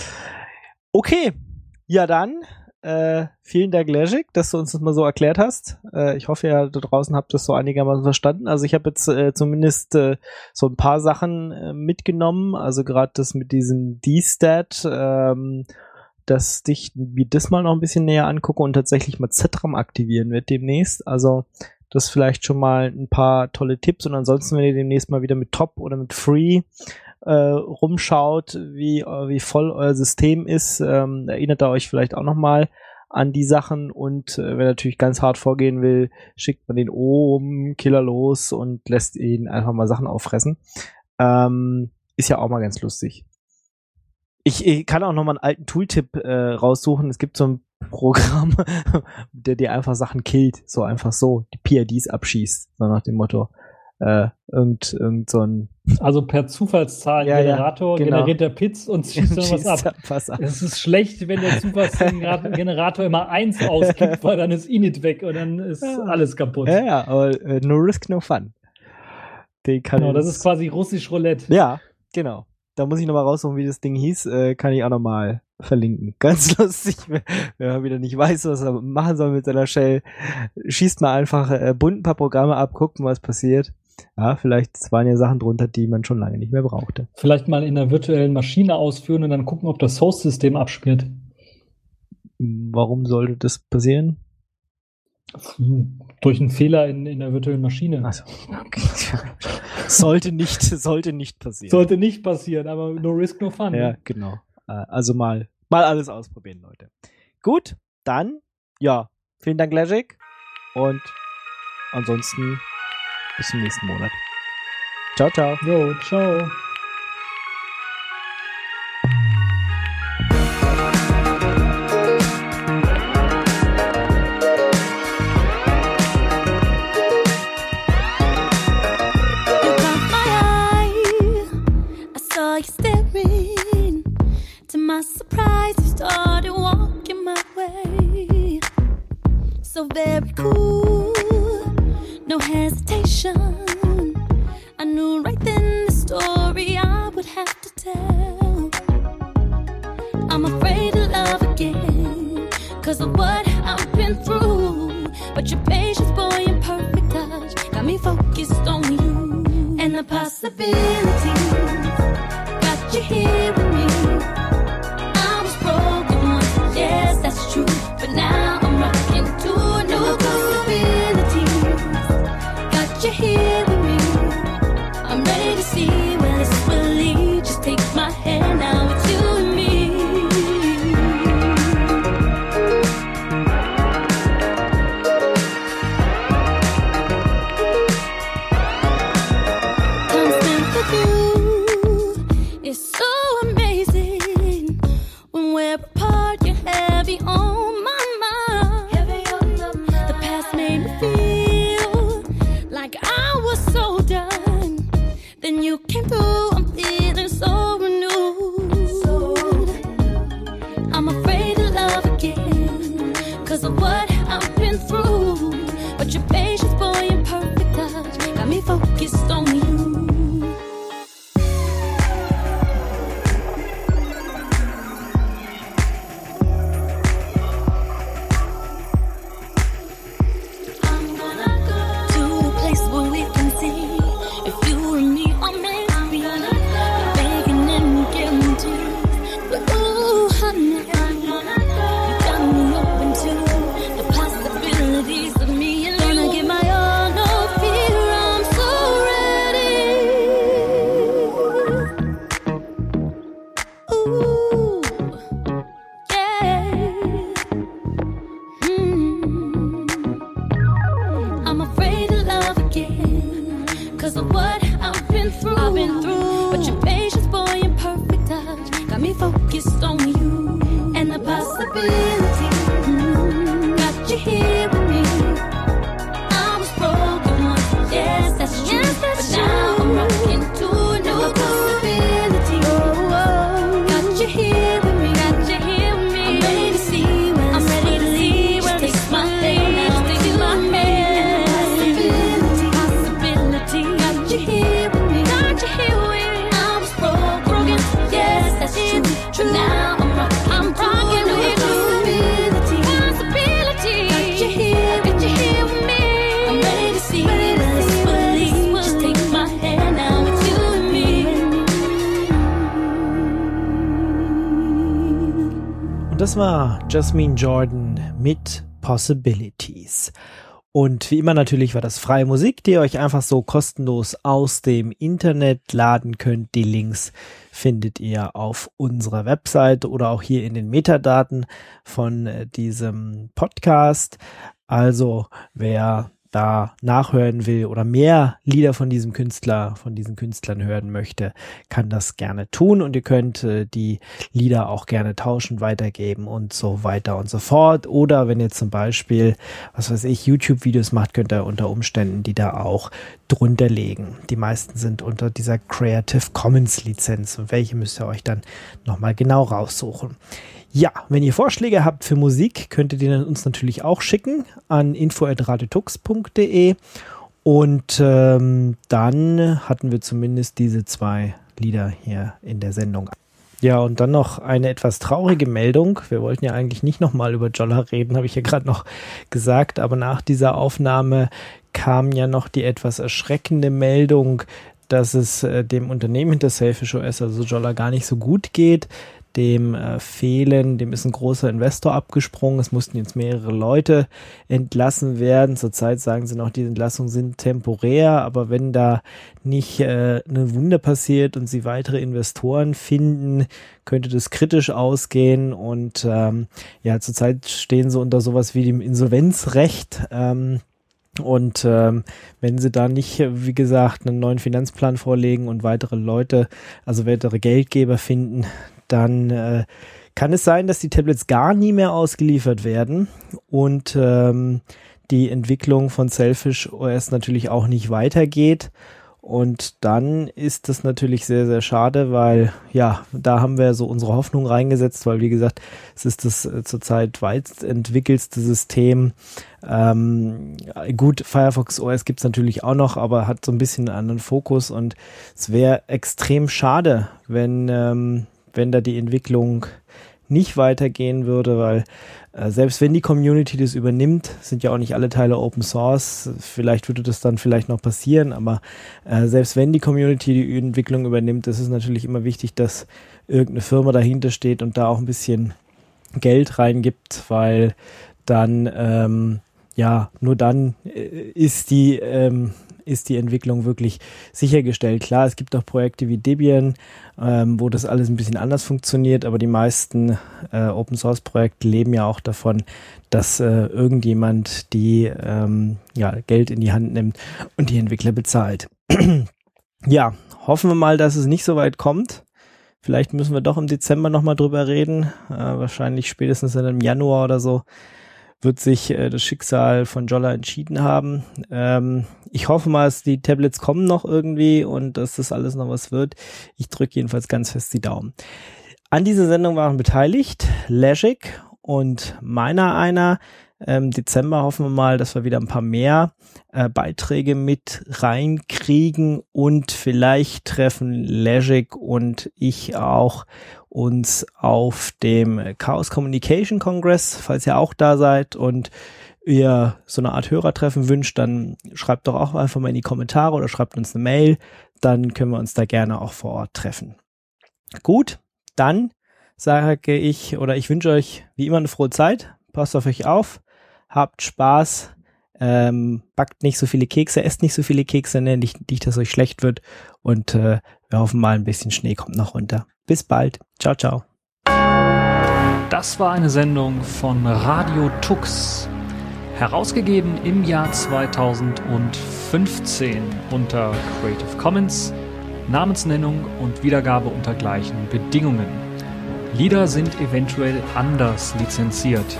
Okay, ja dann. Äh, vielen Dank, Legic, dass du uns das mal so erklärt hast. Äh, ich hoffe, ihr da draußen habt das so einigermaßen verstanden. Also ich habe jetzt äh, zumindest äh, so ein paar Sachen äh, mitgenommen. Also gerade das mit diesem D-Stat, ähm, dass ich mir das mal noch ein bisschen näher angucke und tatsächlich mal Z RAM aktivieren wird demnächst. Also das vielleicht schon mal ein paar tolle Tipps. Und ansonsten, wenn ihr demnächst mal wieder mit Top oder mit Free Äh, rumschaut, wie, wie voll euer System ist, ähm, erinnert ihr euch vielleicht auch nochmal an die Sachen und äh, wer natürlich ganz hart vorgehen will, schickt man den oben Killer los und lässt ihn einfach mal Sachen auffressen. Ähm, ist ja auch mal ganz lustig. Ich, ich kann auch noch mal einen alten Tooltip äh, raussuchen. Es gibt so ein Programm, der dir einfach Sachen killt, so einfach so, die P I Ds abschießt, so nach dem Motto. Äh, irgend, irgend so ein Also per Zufallszahlengenerator Ja, ja, genau. generiert der Pits und schießt dann was ab. was ab. Es ist schlecht, wenn der Zufallsgenerator immer eins ausgibt, weil dann ist Init weg und dann ist Ja. alles kaputt. Ja, ja, aber äh, no risk, no fun. Den kann Genau, das jetzt- ist quasi russisch Roulette. Ja, genau. Da muss ich nochmal raussuchen, wie das Ding hieß. Äh, kann ich auch nochmal verlinken. Ganz lustig, wer, wer wieder nicht weiß, was er machen soll mit seiner Shell. Schießt mal einfach, äh, bunt ein paar Programme ab, guckt mal, was passiert. Ja, vielleicht waren ja Sachen drunter, die man schon lange nicht mehr brauchte. Vielleicht mal in einer virtuellen Maschine ausführen und dann gucken, ob das Host-System abspielt. Warum sollte das passieren? Hm, Durch einen Fehler in, in der virtuellen Maschine. Also, okay. sollte nicht, sollte nicht passieren. Sollte nicht passieren, aber no risk, no fun. Ja, ne? genau. Äh, Also mal, mal alles ausprobieren, Leute. Gut, dann, ja, vielen Dank, Legic. Und ansonsten bis zum nächsten Monat. Ciao, ciao. Jo, ciao. You caught my eye. I saw you staring. To my surprise, you started walking my way. So very cool, no hesitation. I knew right then the story I would have to tell. I'm afraid to love again, 'cause of what I've been through. But your patience, boy, and perfect touch got me focused on you. And the possibilities got you here with me. I was broken once, yes, that's true. But now I'm rocking to a new possibilities. Got you here with me. I'm ready to see where this will lead. Just take my hand, now it's you and me. Time spent with you is so amazing. When we're apart, you're heavy on my mind. The past made me feel like I was so done. Then you came through, I'm feeling so renewed. I'm afraid to love again, 'cause of what I've been through. But your patience, boy, and perfect touch got me focused on you. I'm gonna go to a place where we can see if you and me are meant to be. Begging and guarantees, but ooh, honey, you got me open to the possibilities of me and you. Gonna give my all, no fear, I'm so ready. Ooh, yeah. Mm. I'm afraid to love again, 'cause of what I've been through. I've been through. But your patience, boy, and perfect touch got me focused on you. And the possibility mm, got you here with me. I was broken once, yes, that's true. But now I'm rocking to a new possibility. Got you here with me. Got you here with me. I'm ready to see where I'm ready to see where this my hand. Just take my hand. Possibility, possibility. Got you here with me. Got you here with me. I was broken, broken. Yes, that's true. True. Now I'm rocking. I'm rocking with you. Possibility, possibility. Got you here, got you here with me. I'm ready to see where this will lead. Just take my hand, now it's you and me. Und das war Jasmine Jordan mit Possibilities. Und wie immer natürlich war das freie Musik, die ihr euch einfach so kostenlos aus dem Internet laden könnt. Die Links findet ihr auf unserer Website oder auch hier in den Metadaten von äh, diesem Podcast. Also wer da nachhören will oder mehr Lieder von diesem Künstler, von diesen Künstlern hören möchte, kann das gerne tun und ihr könnt äh, die Lieder auch gerne tauschen, weitergeben und so weiter und so fort. Oder wenn ihr zum Beispiel, was weiß ich, YouTube-Videos macht, könnt ihr unter Umständen die da auch drunter legen. Die meisten sind unter dieser Creative Commons Lizenz und welche müsst ihr euch dann nochmal genau raussuchen. Ja, wenn ihr Vorschläge habt für Musik, könnt ihr die uns natürlich auch schicken an info at radiotux punkt de und ähm, dann hatten wir zumindest diese zwei Lieder hier in der Sendung. Ja, und dann noch eine etwas traurige Meldung. Wir wollten ja eigentlich nicht nochmal über Jolla reden, habe ich ja gerade noch gesagt, aber nach dieser Aufnahme kam ja noch die etwas erschreckende Meldung, dass es äh, dem Unternehmen hinter Selfish O S, also Jolla, gar nicht so gut geht. Dem äh, fehlen, dem ist ein großer Investor abgesprungen. Es mussten jetzt mehrere Leute entlassen werden. Zurzeit sagen sie noch, die Entlassungen sind temporär, aber wenn da nicht äh, ein Wunder passiert und sie weitere Investoren finden, könnte das kritisch ausgehen. Und ähm, ja, zurzeit stehen sie unter sowas wie dem Insolvenzrecht. Ähm, Und ähm, wenn sie da nicht, wie gesagt, einen neuen Finanzplan vorlegen und weitere Leute, also weitere Geldgeber finden, dann äh, kann es sein, dass die Tablets gar nie mehr ausgeliefert werden und ähm, die Entwicklung von Selfish O S natürlich auch nicht weitergeht. Und dann ist das natürlich sehr, sehr schade, weil ja, da haben wir so unsere Hoffnung reingesetzt, weil wie gesagt, es ist das äh, zurzeit weit entwickelste System. Ähm, gut, Firefox O S gibt's natürlich auch noch, aber hat so ein bisschen einen anderen Fokus und es wäre extrem schade, wenn, ähm, wenn da die Entwicklung nicht weitergehen würde, weil äh, selbst wenn die Community das übernimmt, sind ja auch nicht alle Teile Open Source, vielleicht würde das dann vielleicht noch passieren, aber äh, selbst wenn die Community die Entwicklung übernimmt, ist es natürlich immer wichtig, dass irgendeine Firma dahinter steht und da auch ein bisschen Geld reingibt, weil dann ähm, ja, nur dann äh, ist die ähm, ist die Entwicklung wirklich sichergestellt. Klar, es gibt auch Projekte wie Debian, ähm, wo das alles ein bisschen anders funktioniert, aber die meisten äh, Open-Source-Projekte leben ja auch davon, dass äh, irgendjemand die ähm, ja, Geld in die Hand nimmt und die Entwickler bezahlt. Ja, hoffen wir mal, dass es nicht so weit kommt. Vielleicht müssen wir doch im Dezember nochmal drüber reden. Äh, wahrscheinlich spätestens in einem Januar oder so wird sich äh, das Schicksal von Jolla entschieden haben. Ähm, ich hoffe mal, dass die Tablets kommen noch irgendwie und dass das alles noch was wird. Ich drücke jedenfalls ganz fest die Daumen. An dieser Sendung waren beteiligt Legic und meiner einer. Im Dezember hoffen wir mal, dass wir wieder ein paar mehr äh, Beiträge mit reinkriegen und vielleicht treffen Legic und ich auch uns auf dem Chaos Communication Congress, falls ihr auch da seid und ihr so eine Art Hörertreffen wünscht, dann schreibt doch auch einfach mal in die Kommentare oder schreibt uns eine Mail, dann können wir uns da gerne auch vor Ort treffen. Gut, dann sage ich oder ich wünsche euch wie immer eine frohe Zeit, passt auf euch auf, habt Spaß, ähm, backt nicht so viele Kekse, esst nicht so viele Kekse, ne, nicht, nicht, dass euch schlecht wird und äh, wir hoffen mal, ein bisschen Schnee kommt noch runter. Bis bald. Ciao, ciao. Das war eine Sendung von Radio Tux, herausgegeben im Jahr zweitausendfünfzehn unter Creative Commons, Namensnennung und Wiedergabe unter gleichen Bedingungen. Lieder sind eventuell anders lizenziert.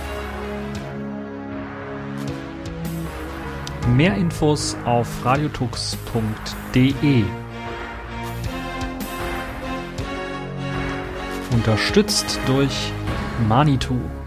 Mehr Infos auf radiotux punkt de. Unterstützt durch Manitou.